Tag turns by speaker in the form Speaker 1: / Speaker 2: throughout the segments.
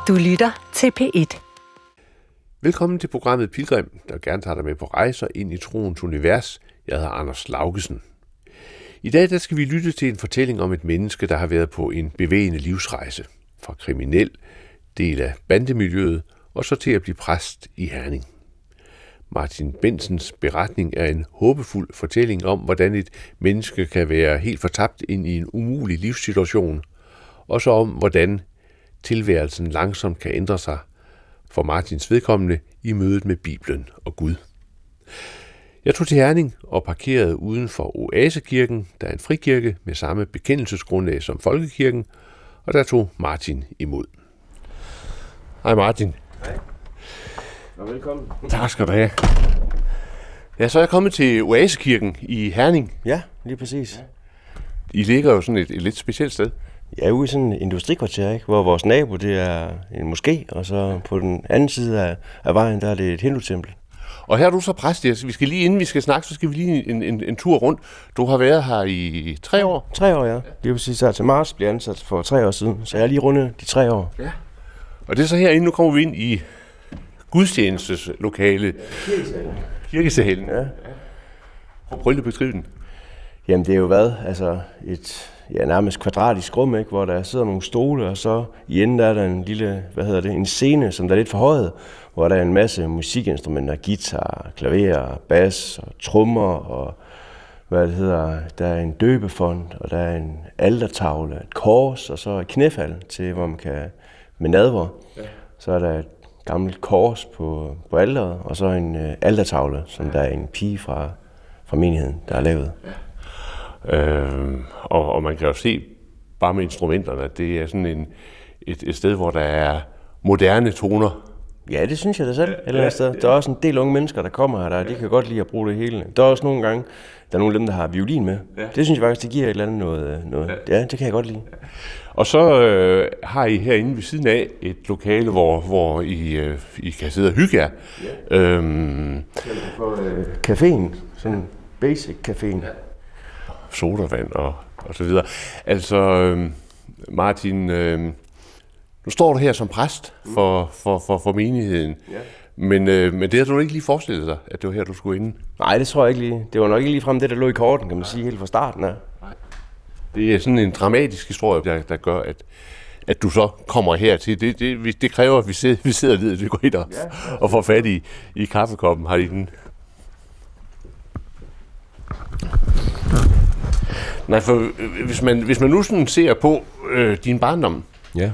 Speaker 1: Du lytter til P1.
Speaker 2: Velkommen til programmet Pilgrim, der gerne tager dig med på rejser ind i troens univers. Jeg hedder Anders Laugesen. I dag der skal vi lytte til en fortælling om et menneske, der har været på en bevægende livsrejse. Fra kriminel del af bandemiljøet og så til at blive præst i Herning. Martin Bensens beretning er en håbefuld fortælling om, hvordan et menneske kan være helt fortabt ind i en umulig livssituation, og så om, hvordan tilværelsen langsomt kan ændre sig for Martins vedkommende i mødet med Bibelen og Gud. Jeg tog til Herning og parkerede uden for Oasekirken, der er en frikirke med samme bekendelsesgrundlag som Folkekirken, og der tog Martin imod. Hej Martin.
Speaker 3: Hej. Og velkommen.
Speaker 2: Tak skal du have. Ja, så er jeg kommet til Oasekirken i Herning.
Speaker 3: Ja, lige præcis.
Speaker 2: I ligger jo sådan et lidt specielt sted.
Speaker 3: Jeg er ude i sådan en industrikvarter, ikke? Hvor vores nabo det er en moské, og så på den anden side af vejen, der er det et hindutempel.
Speaker 2: Og her er du så præst. Vi skal lige, inden vi skal snakke, så skal vi lige en tur rundt. Du har været her i 3 år?
Speaker 3: 3 år, ja. Lige præcis her til marts blev ansat for 3 år siden, så jeg er lige rundet de 3 år.
Speaker 2: Ja. Og det er så herinde, nu kommer vi ind i gudstjenesteslokale. Kirkesalen.
Speaker 3: Ja.
Speaker 2: Prøv lige at beskrive den.
Speaker 3: Jamen det er jo altså et nærmest kvadratisk rum, ikke? Hvor der sidder nogle stole, og så i enden der er der en lille, en scene, som der er lidt forhøjet, hvor der er en masse musikinstrumenter, guitar, klaver, bas og trommer, og der er en døbefond, og der er en altertavle, et kors, og så et knæfald til, hvor man kan med nadver. Ja. Så er der et gammelt kors på alteret, og så en altertavle, som der er en pige fra menigheden, der er lavet. Ja.
Speaker 2: Og man kan jo se bare med instrumenterne, at det er sådan et sted, hvor der er moderne toner.
Speaker 3: Ja, det synes jeg da selv. Ja. Der er også en del unge mennesker, der kommer her, de kan godt lide at bruge det hele. Der er også nogle gange, der er nogle af dem, der har violin med. Ja. Det synes jeg faktisk, det giver et eller andet noget. Ja, det kan jeg godt lide. Ja.
Speaker 2: Og så har I herinde ved siden af et lokale, hvor I kan sidde og hygge jer.
Speaker 3: Ja. Caféen, sådan basic caféen. Ja.
Speaker 2: Sodavand og så videre. Altså, Martin, nu står du her som præst for menigheden, ja. Men det har du ikke lige forestillet dig, at det var her, du skulle ind?
Speaker 3: Nej, det tror jeg ikke lige. Det var nok ikke lige frem det, der lå i korten, kan man sige, helt fra starten af.
Speaker 2: Nej. Det er sådan en dramatisk historie, der gør, at du så kommer hertil. Det kræver, at vi sidder ned, vi går ind og får fat i kaffekoppen. Har I den? Nej, for hvis man nu sådan ser på din barndom,
Speaker 3: ja.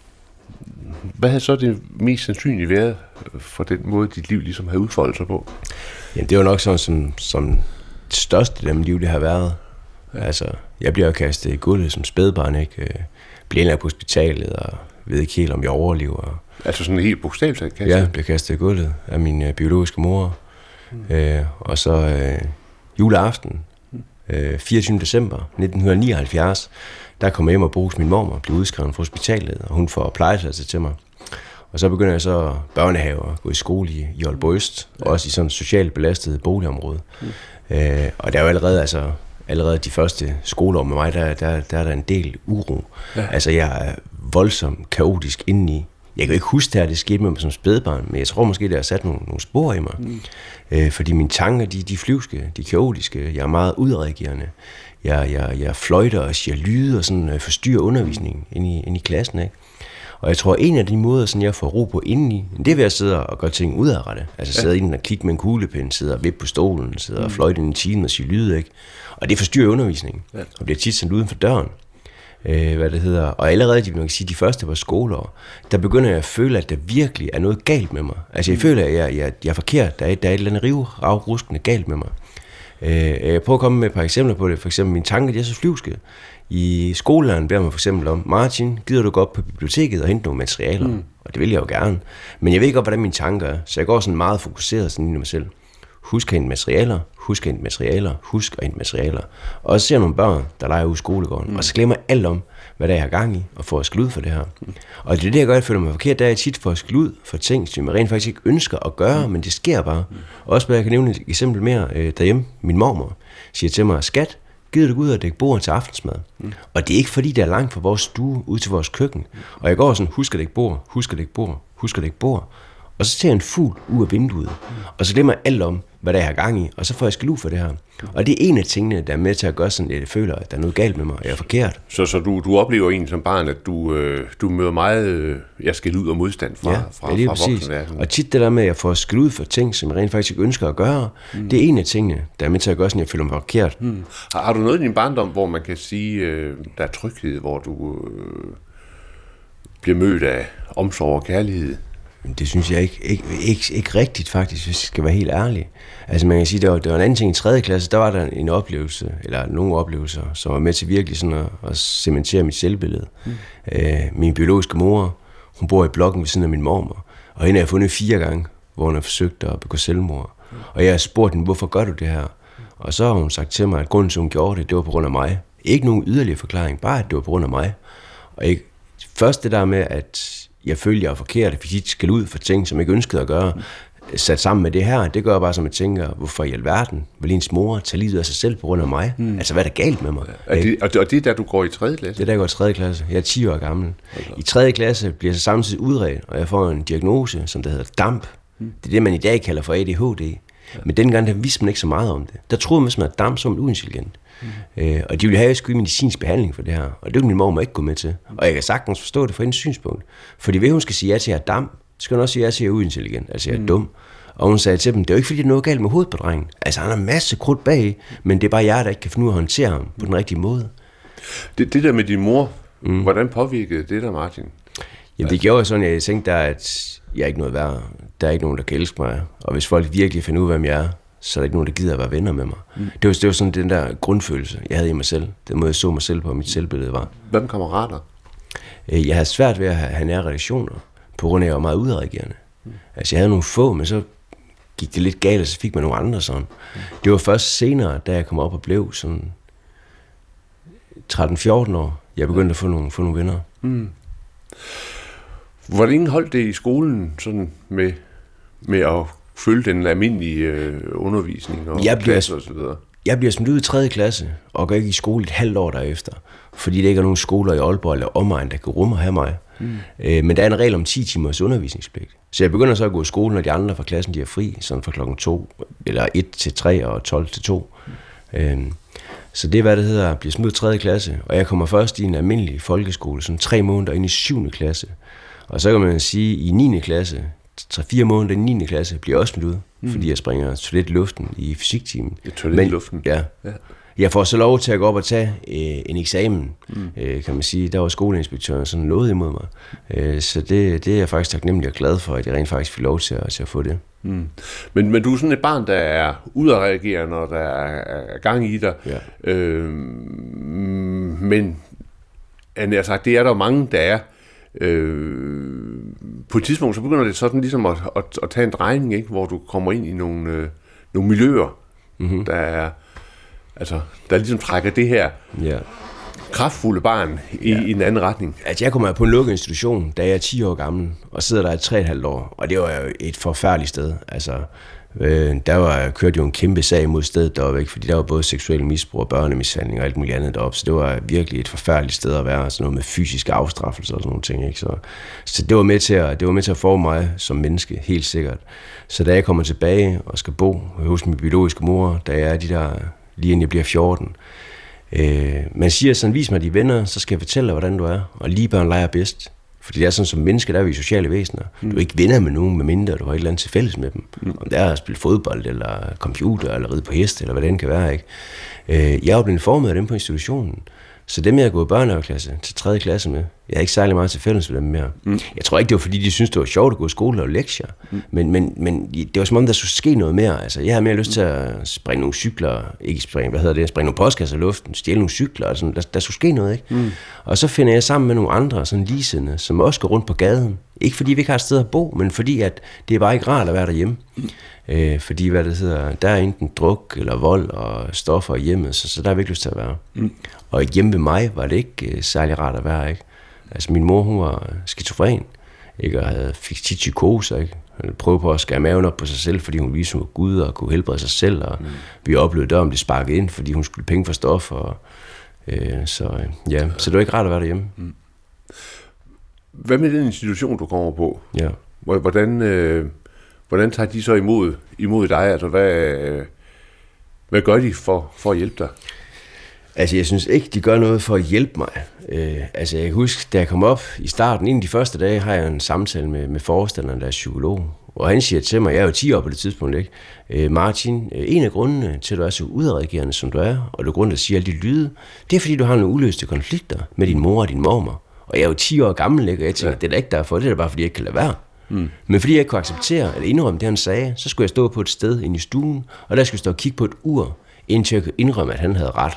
Speaker 2: Hvad havde så det mest sandsynligt været for den måde, dit liv ligesom havde udfoldet sig på?
Speaker 3: Ja, det var nok sådan som det største af mit liv, det har været. Ja. Altså, jeg bliver kastet i gulvet som spædbarn, ikke? Bliver indlagt på hospitalet, og ved ikke helt, om jeg overlever.
Speaker 2: Altså sådan helt bogstaveligt kastet?
Speaker 3: Ja, jeg bliver kastet i gulvet af min biologiske mor. Og så juleaften, 24. december 1979, der kommer jeg hjem og bo hos min mormor og bliver udskrevet fra hospitalet, og hun får plejeplads til mig. Og så begynder jeg så børnehave og gå i skole i Aalborg Øst, ja. Også i sådan et socialt belastet boligområde. Og der er jo allerede de første skoleår med mig, der er der en del uro. Ja. Altså jeg er voldsomt kaotisk indeni. Jeg kan jo ikke huske det skete med mig som spædbarn, men jeg tror måske, det har sat nogle spor i mig. Fordi mine tanker, de flyvske, de kaotiske, jeg er meget udreagerende. Jeg fløjter og siger lyde og sådan forstyrrer undervisningen ind i klassen, ikke? Og jeg tror, en af de måder, sådan jeg får ro på indeni, det er ved at sidde og gøre ting udadrettet. Altså sidde inden og kigge med en kuglepen, sidde og vippe på stolen, sidde og fløjte en time og sige lyde, ikke? Og det forstyrrer undervisningen, og bliver tit sendt uden for døren. Og allerede de første par skoleår, der begynder jeg at føle, at der virkelig er noget galt med mig. Altså jeg føler, at jeg er forkert. Der er et eller andet rivravruskende galt med mig. Jeg prøver at komme med et par eksempler på det. For eksempel mine tanker, de er så flyvske. I skolelæren beder man for eksempel om, Martin, gider du gå op på biblioteket og hente nogle materialer? Og det vil jeg jo gerne. Men jeg ved ikke godt, hvordan mine tanker er. Så jeg går sådan meget fokuseret sådan ind i mig selv. Husk at hente materialer, husk at hente materialer, husk at hente materialer. Og så ser jeg nogle børn, der leger ude i skolegården, og så glemmer jeg alt om, hvad der jeg har gang i, og får at skille ud for det her. Og det er det, jeg gør, jeg føler mig forkert, der er jeg tit for at skille ud for ting, som jeg rent faktisk ikke ønsker at gøre, men det sker bare. Og også, hvad jeg kan nævne et eksempel mere derhjemme, min mormor siger til mig, skat, gider du gå ud og dække bord til aftensmad? Og det er ikke fordi, det er langt fra vores stue ud til vores køkken. Og jeg går sådan, husk at dække bord, husk at dække bord, husk at dække bord. Og så ser jeg en fugl ud af vinduet. Og så glemmer jeg alt om, hvad der er gang i. Og så får jeg skæld ud for det her. Og det er en af tingene, der er med til at gøre sådan, at jeg føler, at der er noget galt med mig, og jeg er forkert.
Speaker 2: Så du oplever egentlig som barn, at du møder meget skæld ud og modstand fra voksenverdenen.
Speaker 3: Og tit det der med, at jeg får skæld ud for ting, som jeg rent faktisk ikke ønsker at gøre, det er en af tingene, der er med til at gøre sådan, at jeg føler mig forkert.
Speaker 2: Har du noget i din barndom, hvor man kan sige, der er tryghed, hvor du bliver mødt af omsorg og kærlighed?
Speaker 3: Det synes jeg ikke rigtigt faktisk, hvis jeg skal være helt ærlig. Altså man kan sige, det var en anden ting i 3. klasse, der var der en oplevelse, eller nogle oplevelser, som var med til virkelig sådan at cementere mit selvbillede. Min biologiske mor, hun bor i blokken ved siden af min mormor, og hende har jeg fundet 4 gange, hvor hun har forsøgt at begå selvmord. Og jeg har spurgt hende, hvorfor gør du det her? Og så har hun sagt til mig, at grunden til, hun gjorde det var på grund af mig. Ikke nogen yderligere forklaring, bare at det var på grund af mig. Og først det der med, at jeg følte, jeg var forkert, at jeg skal ud for ting, som jeg ikke ønskede at gøre, sat sammen med det her, det gør bare, som jeg tænker, hvorfor i alverden vil ens mor tage livet af sig selv på grund af mig? Altså, hvad er der galt med mig?
Speaker 2: Og det er der, du går i 3. klasse?
Speaker 3: Det er der, jeg går i 3. klasse. Jeg er 10 år gammel. Okay. I 3. klasse bliver jeg så samtidig udredt, og jeg får en diagnose, som der hedder DAMP. Det er det, man i dag kalder for ADHD. Ja. Men dengang, der vidste man ikke så meget om det. Der troede man simpelthen, at DAMP som uintelligent. Og de ville have, at jeg skulle i medicinsk behandling for det her. Og det ville min mor ikke gå med til. Og jeg kan sagtens forstå det fra hendes synspunkt. Fordi ved hun skal sige ja til, at jeg er DAMP, så skal hun også sige ja til, at jeg er uintelligent. Altså, jeg er dum. Og hun sagde til dem, det er jo ikke fordi, det er noget galt med hovedet på drengen. Altså, han har en masse krudt bag, men det er bare jeg, der ikke kan finde ud af at håndtere ham på den rigtige måde.
Speaker 2: Det der med din mor, hvordan påvirkede det der, Martin?
Speaker 3: Jamen, det gjorde sådan, at jeg tænkte, at jeg er ikke noget værd. Der er ikke nogen, der kan elske mig. Og hvis folk virkelig finder ud af, hvem jeg er, så er der ikke nogen, der gider at være venner med mig. Det var sådan den der grundfølelse, jeg havde i mig selv. Den måde, jeg så mig selv på, mit selvbillede var.
Speaker 2: Hvad med kammerater?
Speaker 3: Jeg havde svært ved at have nære relationer, på grund af, at jeg var meget udreagerende. Altså, jeg havde nogle få, men så gik det lidt galt, og så fik man nogle andre sådan. Det var først senere, da jeg kom op og blev sådan 13-14 år, jeg begyndte at få nogle venner.
Speaker 2: Hvordan holdt det i skolen sådan med at følge den almindelige undervisning og klasse og så videre?
Speaker 3: Jeg bliver smidt ud i 3. klasse og går ikke i skole et halvt år derefter, fordi der ikke er nogen skoler i Aalborg eller omegn, der kan rumme og have mig. Men der er en regel om 10 timers undervisningspligt. Så jeg begynder så at gå i skole, når de andre fra klassen de er fri, sådan fra klokken 2, eller 1 til 3 og 12 til 2. Så det er, hvad det hedder, at blive smidt ud i 3. klasse, og jeg kommer først i en almindelig folkeskole, sådan 3 måneder ind i 7. klasse. Og så kan man sige, at i 9. klasse, 3-4 måneder i 9. klasse, bliver jeg også smidt ud, fordi jeg springer toilet i luften i fysiktimen.
Speaker 2: Toilet i luften?
Speaker 3: Ja. Jeg får så lov til at gå op og tage en eksamen, kan man sige. Der var skoleinspektøren sådan noget imod mig. Så det er jeg faktisk taknemmelig og glad for, at jeg rent faktisk fik lov til at få det.
Speaker 2: Men du er sådan et barn, der er udadreagerende, når der er gang i dig. Ja. Men det er der mange, der er. På et tidspunkt, så begynder det sådan ligesom at tage en drejning, ikke? Hvor du kommer ind i nogle miljøer, der ligesom trækker det her kraftfulde barn i en anden retning.
Speaker 3: Altså, jeg kommer på en lukket institution, da jeg er 10 år gammel, og sidder der i 3,5 år, og det var jo et forfærdeligt sted. Altså, kørte jo en kæmpe sag mod stedet deroppe, ikke? Fordi der var både seksuel misbrug og børnemishandling og alt muligt andet deroppe, så det var virkelig et forfærdeligt sted at være, sådan noget med fysiske afstraffelser og sådan nogle ting, ikke? Så det var med til at forme mig som menneske, helt sikkert. Så da jeg kommer tilbage og skal bo hos min biologiske mor, da jeg er de der, lige inden jeg bliver 14, man siger sådan, vis mig de venner, så skal jeg fortælle dig, hvordan du er, og lige børn leger bedst. Fordi det er sådan, som mennesker, der er vi sociale væsener. Du er ikke venner med nogen, medmindre du har et eller andet til fælles med dem. Om det er at spille fodbold, eller computer, eller ride på heste, eller hvad det end kan være, ikke? Jeg er jo blevet formet af dem på institutionen. Så dem, jeg har gået i børnehaveklasse til 3. klasse med, jeg er ikke særlig meget til fælles med dem mere. Jeg tror ikke, det var fordi, de syntes, det var sjovt at gå i skole og lektier. Men det var som om, der skulle ske noget mere. Altså, jeg har mere lyst til at springe nogle cykler, springe nogle postkasser i luften, stjæle nogle cykler, og sådan. Der skulle ske noget, ikke? Og så finder jeg sammen med nogle andre, sådan ligesindede, som også går rundt på gaden. Ikke fordi vi ikke har et sted at bo, men fordi at det er bare ikke rart at være derhjemme. Fordi der er enten druk eller vold og stoffer i hjemmet, så der er virkelig lyst til at være. Og hjemme ved mig var det ikke særlig rart at være, ikke? Altså min mor, hun var skizofren, ikke, og fik tit psykoser, ikke? Han prøvede på at skære maven op på sig selv, fordi hun viste, hun var Gud og kunne helbrede sig selv, og vi oplevede døren blive sparket ind, fordi hun skulle penge for stof, og så det var ikke rart at være derhjemme.
Speaker 2: Hvad med den institution, du kommer på?
Speaker 3: Ja.
Speaker 2: Hvordan tager de så imod dig? Altså, hvad gør de for at hjælpe dig?
Speaker 3: Altså, jeg synes ikke, de gør noget for at hjælpe mig. Jeg kan huske, da jeg kom op i starten, inden de første dage, har jeg en samtale med forstanderen, der er psykolog. Og han siger til mig, jeg er jo 10 år på det tidspunkt, ikke? Martin, en af grundene til, at du er så udadreagerende, som du er, og du er grund til at sige alle de lyde, det er, fordi du har nogle uløste konflikter med din mor og din mormor. Og jeg er jo 10 år gammel, ikke? Og jeg tænker, det er da ikke derfor, det er da bare, fordi jeg ikke kan lade være. Men fordi jeg ikke kunne acceptere eller indrømme det, han sagde, så skulle jeg stå på et sted inde i stuen, og der skulle jeg stå og kigge på et ur, indtil jeg kunne indrømme, at han havde ret.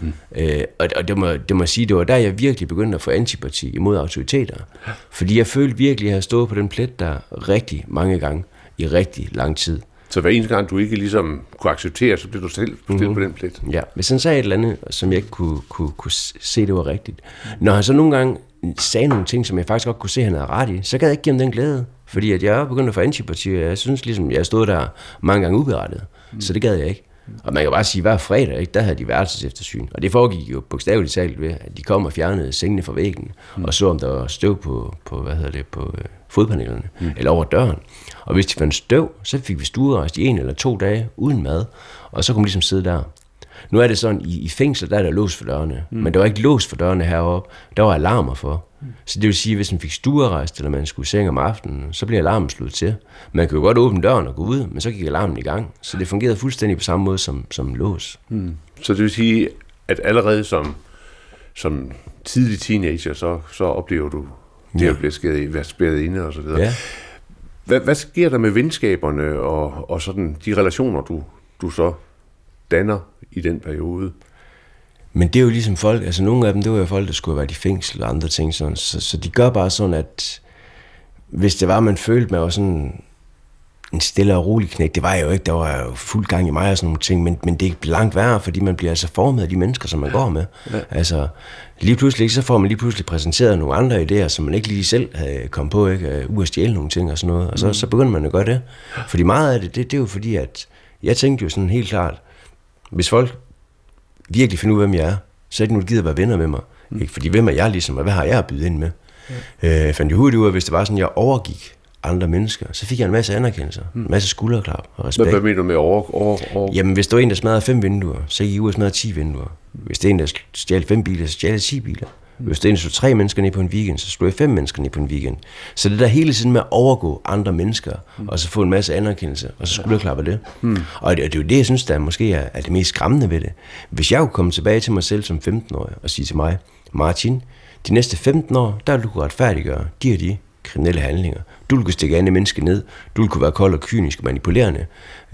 Speaker 3: Og det må sige, det var der, jeg virkelig begyndte at få antipati imod autoriteter. Fordi jeg følte virkelig, at jeg havde stået på den plet der rigtig mange gange i rigtig lang tid.
Speaker 2: Så hver eneste gang, du ikke ligesom kunne acceptere, så blev du selv stillet på den plet?
Speaker 3: Ja, hvis han sagde et eller andet, som jeg ikke kunne se, det var rigtigt. Når han så nogle gange sagde nogle ting, som jeg faktisk godt kunne se, han havde ret i, så gad jeg ikke give ham den glæde. Fordi at jeg begyndte at få antipati, og jeg synes ligesom, jeg stod der mange gange uberettet. Så det gad jeg ikke. Og man kan bare sige, hver fredag, ikke, der havde de værelseseftersyn. Og det foregik jo bogstaveligt talt ved, at de kom og fjernede sengene fra væggen, og så om der var støv på fodpanelerne, eller over døren. Og hvis de fandt støv, så fik vi stuerejst i 1 eller 2 dage uden mad, og så kunne vi ligesom sidde der. Nu er det sådan, i fængsel, der er der lås for dørene, men der var ikke lås for dørene heroppe, der var alarmer for. Så det vil sige, at hvis man fik stuerejst, eller man skulle i seng om aftenen, så blev alarmen slået til. Man kunne jo godt åbne døren og gå ud, men så gik alarmen i gang. Så det fungerede fuldstændig på samme måde som lås.
Speaker 2: Så det vil sige, at allerede som tidlig teenager, så oplever du det at blive spærret inde og så videre.
Speaker 3: Ja.
Speaker 2: Hvad sker der med venskaberne og sådan de relationer, du så danner i den periode?
Speaker 3: Men det er jo ligesom folk, altså nogle af dem, det var jo folk, der skulle have været i fængsel og andre ting sådan, så de gør bare sådan, at hvis det var, man følte, man var sådan en stille og rolig knæk, det var jeg jo ikke, der var jo fuld gang i mig og sådan nogle ting, men det er langt værre, fordi man bliver altså formet af de mennesker, som man går med. Ja. Altså lige pludselig, så får man lige pludselig præsenteret nogle andre idéer, som man ikke lige selv havde kommet på, ikke, ud at stjæle nogle ting og sådan noget, og så begynder man at gøre det. Fordi meget af det er jo fordi, at jeg tænkte jo sådan helt klart, hvis folk virkelig finder ud af, hvem jeg er, så er det nu, der gider at være venner med mig. Ikke? Fordi hvem er jeg ligesom, og hvad har jeg at byde ind med? Jeg fandt jo hurtigt ud af, hvis det var sådan, jeg overgik andre mennesker, så fik jeg en masse anerkendelser, en masse skulderklap og respekt.
Speaker 2: Hvad mener du med over?
Speaker 3: Jamen, hvis der var en, der smadrede 5 vinduer, så gik jeg ud og smadrede 10 vinduer. Hvis det er en, der stjal 5 biler, så stjal jeg 10 biler. Hvis det er en, der slog 3 mennesker ned på en weekend, så slog jeg 5 mennesker ned på en weekend. Så det der hele tiden med at overgå andre mennesker, og så få en masse anerkendelse, og så skulderklapper det. Og det er jo det, jeg synes, der måske er det mest skræmmende ved det. Hvis jeg kunne komme tilbage til mig selv som 15-årig og sige til mig, Martin, de næste 15 år, der vil du kunne retfærdiggøre de kriminelle handlinger. Du vil kunne stikke andre mennesker ned, du vil kunne være kold og kynisk og manipulerende.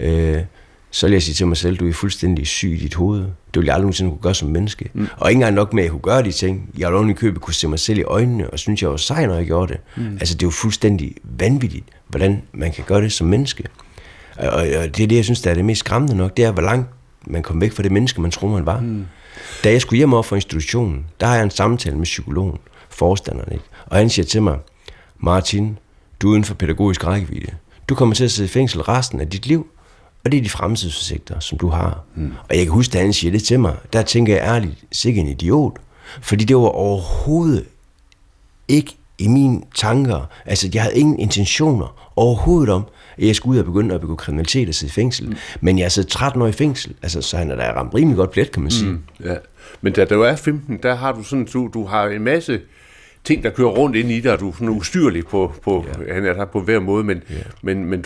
Speaker 3: Så vil jeg sige til mig selv, du er fuldstændig syg i dit hoved. Det vil jeg aldrig nogensinde kunne gøre som menneske. Og ikke engang nok med, at jeg kunne gøre de ting. Jeg ville oven i købet kunne se mig selv i øjnene, og synes, jeg var sej, når jeg gjorde det. Altså, det er jo fuldstændig vanvittigt, hvordan man kan gøre det som menneske. Og det er det, jeg synes, der er det mest skræmmende nok, det er, hvor langt man kom væk fra det menneske, man tror, man var. Da jeg skulle hjem over fra institutionen, der har jeg en samtale med psykologen, forstanderen, ikke? Og han siger til mig, Martin, du er uden for pædagogisk rækkevidde. Du kommer til at sidde i fængsel resten af dit liv, og det er de fremtidsudsigter, som du har. Og jeg kan huske, da han siger det til mig, der tænker jeg ærligt, sikke en idiot. Fordi det var overhovedet ikke i mine tanker. Altså, jeg havde ingen intentioner overhovedet om, at jeg skulle ud og begynde at begå kriminalitet og sidde i fængsel. Men jeg sidder 13 år i fængsel, altså, så han er der ramt rimelig godt plet, kan man sige.
Speaker 2: Ja. Men da du er 15, der har du sådan, du har en masse ting, der kører rundt ind i dig, og du er sådan ustyrlig på han er der på hver måde, men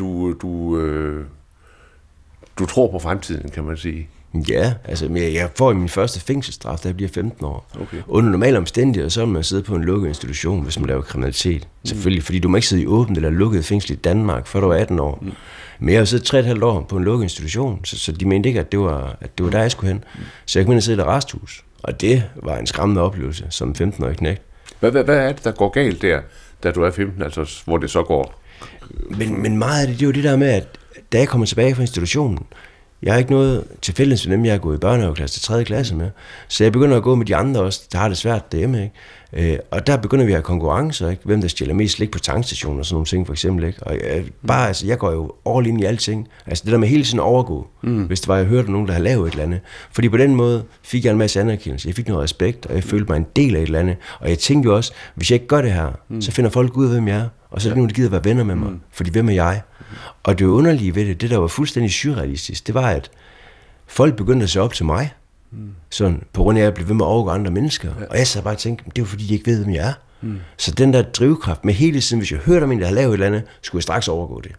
Speaker 2: du tror på fremtiden, kan man sige.
Speaker 3: Ja, altså jeg får min første fængselsstraf, da jeg bliver 15 år. Okay. Under normale omstændigheder, så må man sidde på en lukket institution, hvis man laver kriminalitet. Selvfølgelig, fordi du må ikke sidde i åbent eller lukket fængsel i Danmark, før du er 18 år. Men jeg har siddet 3,5 år på en lukket institution, så de mente ikke, at det var der, jeg skulle hen. Så jeg kunne sidde i et arresthus, og det var en skræmmende oplevelse som 15-årig knægt.
Speaker 2: Hvad er det, der går galt der, da du er 15, altså hvor det så går?
Speaker 3: Men meget af det er jo det der med, at da jeg kommer tilbage fra institutionen, jeg har ikke noget til fælles med dem, jeg har gået i børnehaveklasse til 3. klasse med. Så jeg begynder at gå med de andre også, der har det svært derhjemme, Og der begynder vi at have konkurrencer, ikke? Hvem der stjæler mest slik på tankstationen og sådan nogle ting, for eksempel, ikke? Og jeg går jo all in i alting. Altså det der med hele tiden overgå, hvis det var, jeg hørte nogen, der havde lavet et eller andet. Fordi på den måde fik jeg en masse anerkendelse, jeg fik noget respekt, og jeg følte mig en del af et eller andet. Og jeg tænkte jo også, hvis jeg ikke gør det her, så finder folk ud af, hvem jeg er. Og så er det nogen, der gider være venner med mig, fordi hvem er jeg? Og det underlige ved det der var fuldstændig surrealistisk, det var, at folk begyndte at se op til mig. Sådan, på grund af, at jeg blev ved med at overgå andre mennesker. Og jeg så bare tænkte, det er jo fordi, de ikke ved, hvem jeg er. Så den der drivkraft med hele tiden, hvis jeg hørte om en, der har lavet et eller andet, skulle jeg straks overgå det.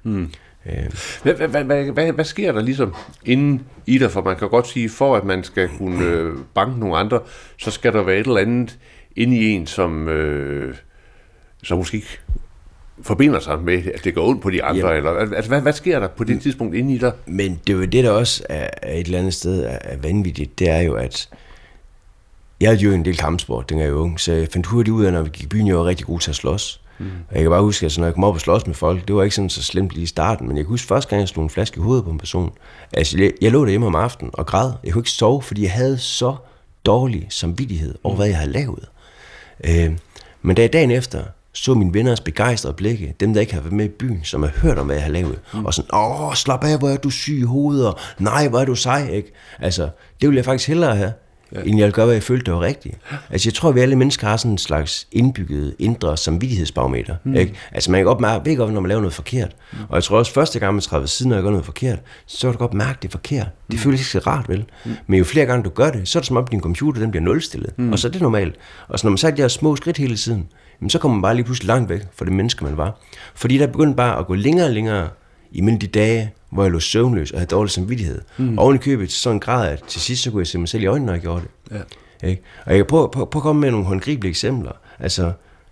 Speaker 2: Hvad sker der ligesom inden i dig? For man kan godt sige, for at man skal kunne banke nogle andre, så skal der være et eller andet inde i en, som måske ikke forbinder sig med, at det går ondt på de andre, eller altså, hvad sker der på det tidspunkt inde i dig?
Speaker 3: Men det er jo det, der også er et eller andet sted er vanvittigt, det er jo, at jeg havde jo en del kampsport, dengang jeg var ung, så jeg fandt hurtigt ud af, når vi gik i byen, jeg var rigtig god til at slås. Og jeg kan bare huske, at når jeg kom op og slås med folk, det var ikke sådan så slemt lige i starten, men jeg kan huske første gang, jeg slog en flaske i hovedet på en person. Altså, jeg lå derhjemme om aftenen og græd. Jeg kunne ikke sove, fordi jeg havde så dårlig samvittighed over, hvad jeg havde lavet. Men da jeg dagen efter så mine venners begejstrede blikke, dem der ikke har været med i byen, som har hørt om, hvad jeg har lavet, og sådan, slap af, hvor er du syg i hovedet, og nej, hvor er du sej, ikke? Altså, det ville jeg faktisk hellere have, end jeg ville gøre, hvad jeg følte, det var rigtigt. Altså, jeg tror, at vi alle mennesker har sådan en slags indbygget indre samvittighedsbarometer, ikke? Altså, man kan godt mærke, når man laver noget forkert. Og jeg tror også, første gang man træder ved siden, når jeg gør noget forkert, så kan du godt mærke, det er forkert. Det føles ikke så rart, vel? Men jo flere gange du gør det, så er det som om din computer, den bliver nulstillet. Og så er det normalt. Og så når man sagt de her små skridt hele tiden, så kommer man bare lige pludselig langt væk fra det menneske, man var. Fordi der begyndte bare at gå længere og længere imellem de dage, hvor jeg lå søvnløs og havde dårlig samvittighed. Og oven i købet til sådan en grad, at til sidst så kunne jeg se mig selv i øjnene, når jeg gjorde det. Ja. Ikke? Og jeg kan prøve at komme med nogle håndgribelige eksempler. Altså,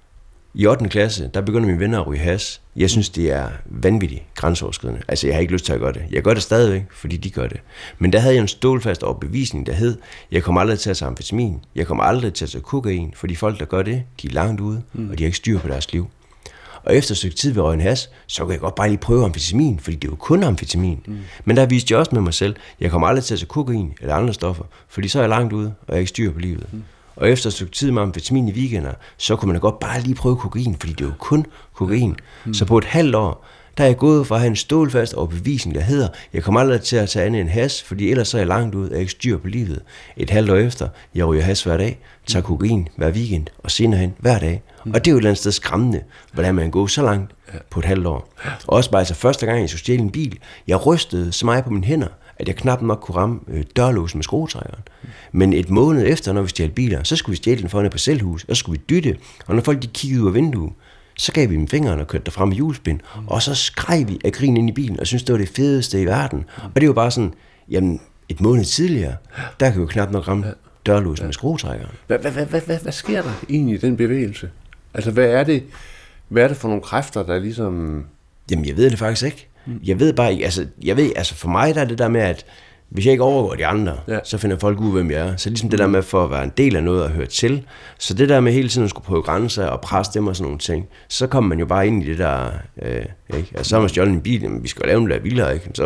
Speaker 3: i 8. klasse, der begynder mine venner at ryge hash. Jeg synes, det er vanvittigt grænseoverskridende. Altså, jeg har ikke lyst til at gøre det. Jeg gør det stadigvæk, fordi de gør det. Men der havde jeg en stålfast overbevisning, der hed, jeg kommer aldrig til at tage amfetamin. Jeg kommer aldrig til at tage kokain, fordi folk, der gør det, de er langt ude, og de har ikke styr på deres liv. Og efter et stykke tid ved røgen hash, så kan jeg godt bare lige prøve amfetamin, fordi det er jo kun amfetamin. Men der viste jeg også med mig selv, jeg kommer aldrig til at tage kokain eller andre stoffer, fordi så er jeg langt ude, og jeg har ikke styr på livet. Og efter et stykke tid med amfetamin i weekender, så kunne man da godt bare lige prøve kokain, fordi det er jo kun kokain. Så på et halvt år, der er jeg gået fra at have en stålfast overbevisning, der hedder, jeg kommer aldrig til at tage andet end hash, fordi ellers så er jeg langt ud, og jeg ikke styr på livet. Et halvt år efter, jeg ryger hash hver dag, tager kokain hver weekend, og senere hen hver dag. Og det er jo et eller andet sted skræmmende, hvordan man kan gå så langt på et halvt år. Og også bare altså første gang, jeg skulle stjæle en bil, jeg rystede så meget på mine hænder, at jeg knap nok kunne ramme dørlåsen med skruetrækkeren. Men et måned efter, når vi stjal biler, så skulle vi stjæle den foran et parcelhus, og så skulle vi dytte, og når folk de kiggede ud af vinduet, så gav vi dem fingeren og kørte derfra med hjulspind, og så skreg vi af grin ind i bilen, og syntes, det var det fedeste i verden. Og det var bare sådan, jamen, et måned tidligere, der kan vi jo knap nok ramme dørlåsen med skruetrækkeren.
Speaker 2: Hvad sker der egentlig i den bevægelse? Altså, hvad er det for nogle kræfter, der ligesom...
Speaker 3: Jamen, jeg ved det faktisk ikke. Jeg ved bare ikke, altså for mig der er det der med, at hvis jeg ikke overgår de andre, så finder folk ud, hvem jeg er. Så ligesom det der med for at være en del af noget og høre til. Så det der med hele tiden at skulle prøve grænser og presse dem og sådan nogle ting, så kommer man jo bare ind i det der, ikke? Altså, så har man stjålet en bil, men vi skal jo lave en der vildere, ikke?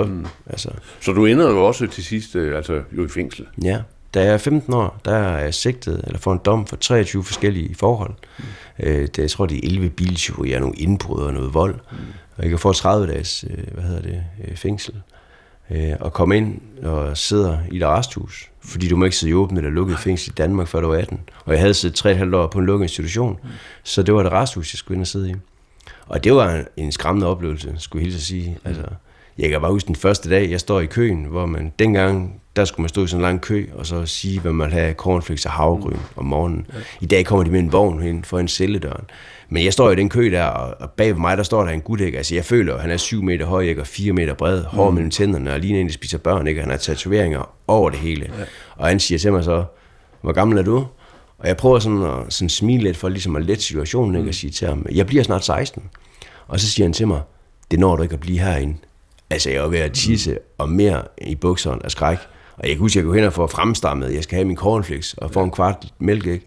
Speaker 2: Så du ender jo også til sidst jo i fængsel?
Speaker 3: Ja. Da jeg er 15 år, der er jeg sigtet, eller får en dom for 23 forskellige forhold. Jeg tror, det er 11 biltyverier, nogle indbrud og noget vold. Og jeg kan få 30 dages fængsel. Og komme ind og sidder i et arresthus, fordi du må ikke sidde i åbent eller lukket fængsel i Danmark, før du er 18. Og jeg havde siddet 3,5 år på en lukket institution, så det var et arresthus, jeg skulle ind og sidde i. Og det var en skræmmende oplevelse, skulle jeg hilse at sige. Altså, jeg kan bare huske den første dag, jeg står i køen, hvor man dengang, der skulle man stå i sådan en lang kø, og så sige, hvad man vil have, cornflakes og havregryn om morgenen. I dag kommer de med en vogn hen for en celledøren. Men jeg står i den kø der, og bag ved mig, der står der en gut, ikke? Altså, jeg føler, at han er 7 meter høj, ikke? Og 4 meter bred, hår mellem tænderne, og ligner en, der spiser børn, ikke? Han har tatoveringer over det hele. Og han siger til mig så, hvor gammel er du? Og jeg prøver sådan at smile lidt for ligesom at lette situationen, ikke? Og sige til ham, jeg bliver snart 16. Og så siger han til mig, det når du ikke at blive herinde. Altså, jeg er ved at tisse og mere i bukserne af skræk. Og jeg kan huske, at jeg går hen og får fremstammet, jeg skal have min cornflakes og få en kvart mælk, ikke?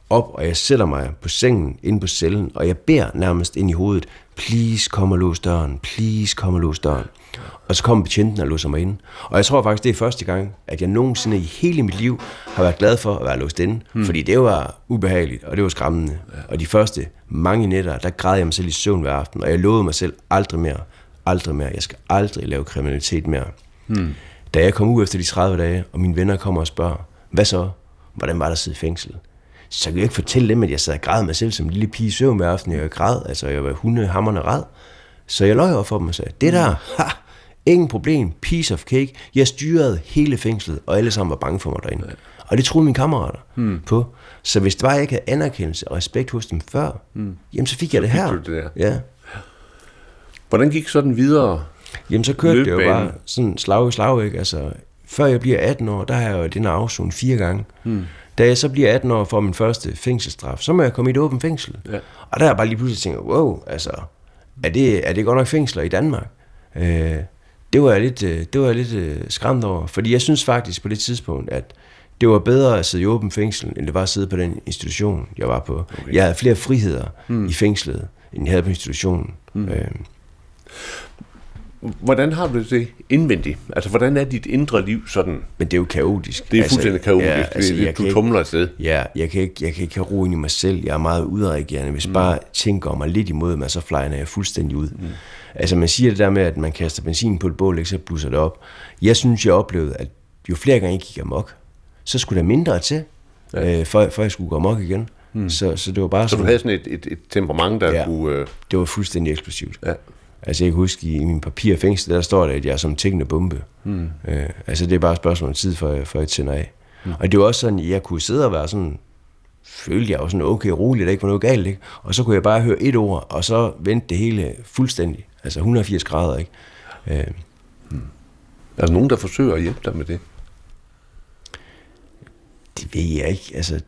Speaker 3: op, og jeg sætter mig på sengen inde på cellen, og jeg beder nærmest ind i hovedet, please kom og lås døren, please kom og lås døren. Og så kommer betjenten og låser mig ind. Og jeg tror faktisk, det er første gang, at jeg nogensinde i hele mit liv har været glad for at være låst inde. Fordi det var ubehageligt, og det var skræmmende. Ja. Og de første mange nætter, der græd jeg mig selv i søvn hver aften, og jeg lovede mig selv aldrig mere. Jeg skal aldrig lave kriminalitet mere. Da jeg kom ud efter de 30 dage, og mine venner kommer og spørger, hvad så? Hvordan var der at sidde i fængsel? Så kan jeg ikke fortælle dem, at jeg sad og græd mig selv som en lille pige i søvn hver aften. Jeg græd, altså jeg var hundehamrende ræd. Så jeg løj over for dem og sagde, det der, ingen problem, piece of cake. Jeg styrede hele fængslet, og alle sammen var bange for mig derinde. Ja. Og det troede mine kammerater på. Så hvis det var, jeg ikke havde anerkendelse og respekt hos dem før, jamen så fik jeg det her.
Speaker 2: Det
Speaker 3: ja.
Speaker 2: Hvordan gik sådan videre?
Speaker 3: Jamen så kørte det jo bare sådan slag i slag, ikke? Altså, før jeg bliver 18 år, der har jeg jo den afsonet 4 gange. Da jeg så bliver 18 år for min første fængselsstraf, så må jeg komme i et åbent fængsel. Ja. Og der er jeg bare lige pludselig tænkt, wow, altså, er det godt nok fængsler i Danmark? Det var jeg lidt skræmt over, fordi jeg synes faktisk på det tidspunkt, at det var bedre at sidde i åben fængsel, end det var at sidde på den institution, jeg var på. Okay. Jeg havde flere friheder i fængslet, end jeg havde på institutionen.
Speaker 2: Hvordan har du det indvendigt? Altså, hvordan er dit indre liv sådan?
Speaker 3: Men det er jo kaotisk.
Speaker 2: Det er fuldstændig kaotisk. Ja, altså, du tumler afsted.
Speaker 3: Ja, jeg kan ikke have ro ind i mig selv. Jeg er meget udreagerende. Hvis bare tænker mig lidt imod mig, så flejner jeg fuldstændig ud. Altså, man siger det der med, at man kaster benzin på et bål, ikke, så blusser det op. Jeg synes, jeg oplevede, at jo flere gange jeg gik amok, så skulle der mindre til, for jeg skulle gå amok igen. Så det var bare
Speaker 2: så du havde sådan et temperament, der kunne...
Speaker 3: Det var fuldstændig eksplosivt. Ja. Altså jeg kan huske, i min papirfængsel, der står der, at jeg er som en tikkende bombe. Altså det er bare et spørgsmål om tid, for jeg tænder af. Og det var også sådan, at jeg kunne sidde og være sådan, følte jeg var sådan okay roligt, der ikke var noget galt, ikke? Og så kunne jeg bare høre et ord, og så vendte det hele fuldstændig. Altså 180 grader, ikke?
Speaker 2: Er der nogen, der forsøger at hjælpe dig med det?
Speaker 3: Det ved jeg ikke. Altså,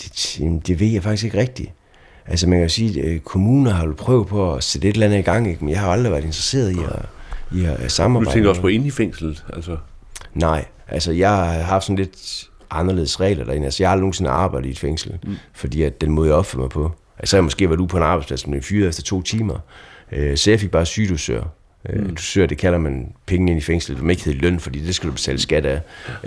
Speaker 3: det ved jeg faktisk ikke rigtigt. Altså man kan jo sige, at kommuner har jo prøvet på at sætte et eller andet i gang, ikke? Men jeg har aldrig været interesseret i at samarbejde.
Speaker 2: Du tænker også på inde i fængslet? Altså.
Speaker 3: Nej, altså jeg har haft sådan lidt anderledes regler derinde. Altså jeg har aldrig nogensinde arbejdet i et fængsel, fordi at den måde jeg opfører mig på. Altså jeg måske været ude på en arbejdsplads, men fyret efter 2 timer. Så jeg fik bare sygedusør. Dusør, det kalder man penge ind i fængslet. Du må ikke hedde løn, fordi det skal du betale skat af.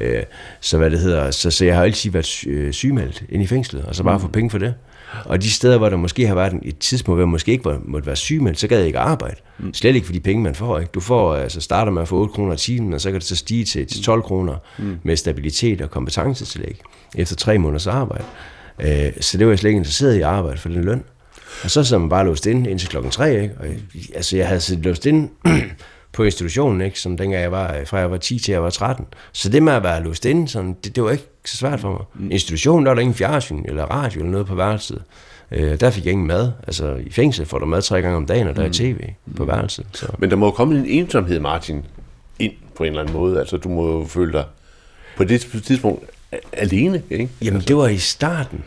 Speaker 3: Så hvad det hedder. Så jeg har altid været sygemeldt ind i fængslet, og så bare få penge for det. Og de steder, hvor der måske har været et tidspunkt, hvor man måske ikke måtte være sygemeldt, så gad jeg ikke arbejde. Slet ikke for de penge, man får. Ikke? Du får, altså starter med at få 8 kroner i timen, og så kan det så stige til 12 kroner med stabilitet og kompetencetillæg efter 3 måneders arbejde. Så det var jeg slet ikke interesseret i at arbejde for den løn. Og så man bare låst inde indtil 3:00, ikke? Og, altså jeg havde siddet låst inde på institutionen, ikke? Som dengang jeg var, fra jeg var 10 til jeg var 13. Så det med at være låst inde, sådan, det var ikke så svært for mig. Institutionen, der var der ingen fjernsyn eller radio eller noget på værelset. Der fik jeg ingen mad. Altså i fængsel får du mad 3 gange om dagen, og der er tv på værelset. Så.
Speaker 2: Men der må jo komme en ensomhed, Martin, ind på en eller anden måde. Altså du må jo føle dig på det tidspunkt alene, ikke?
Speaker 3: Jamen
Speaker 2: altså.
Speaker 3: Det var i starten,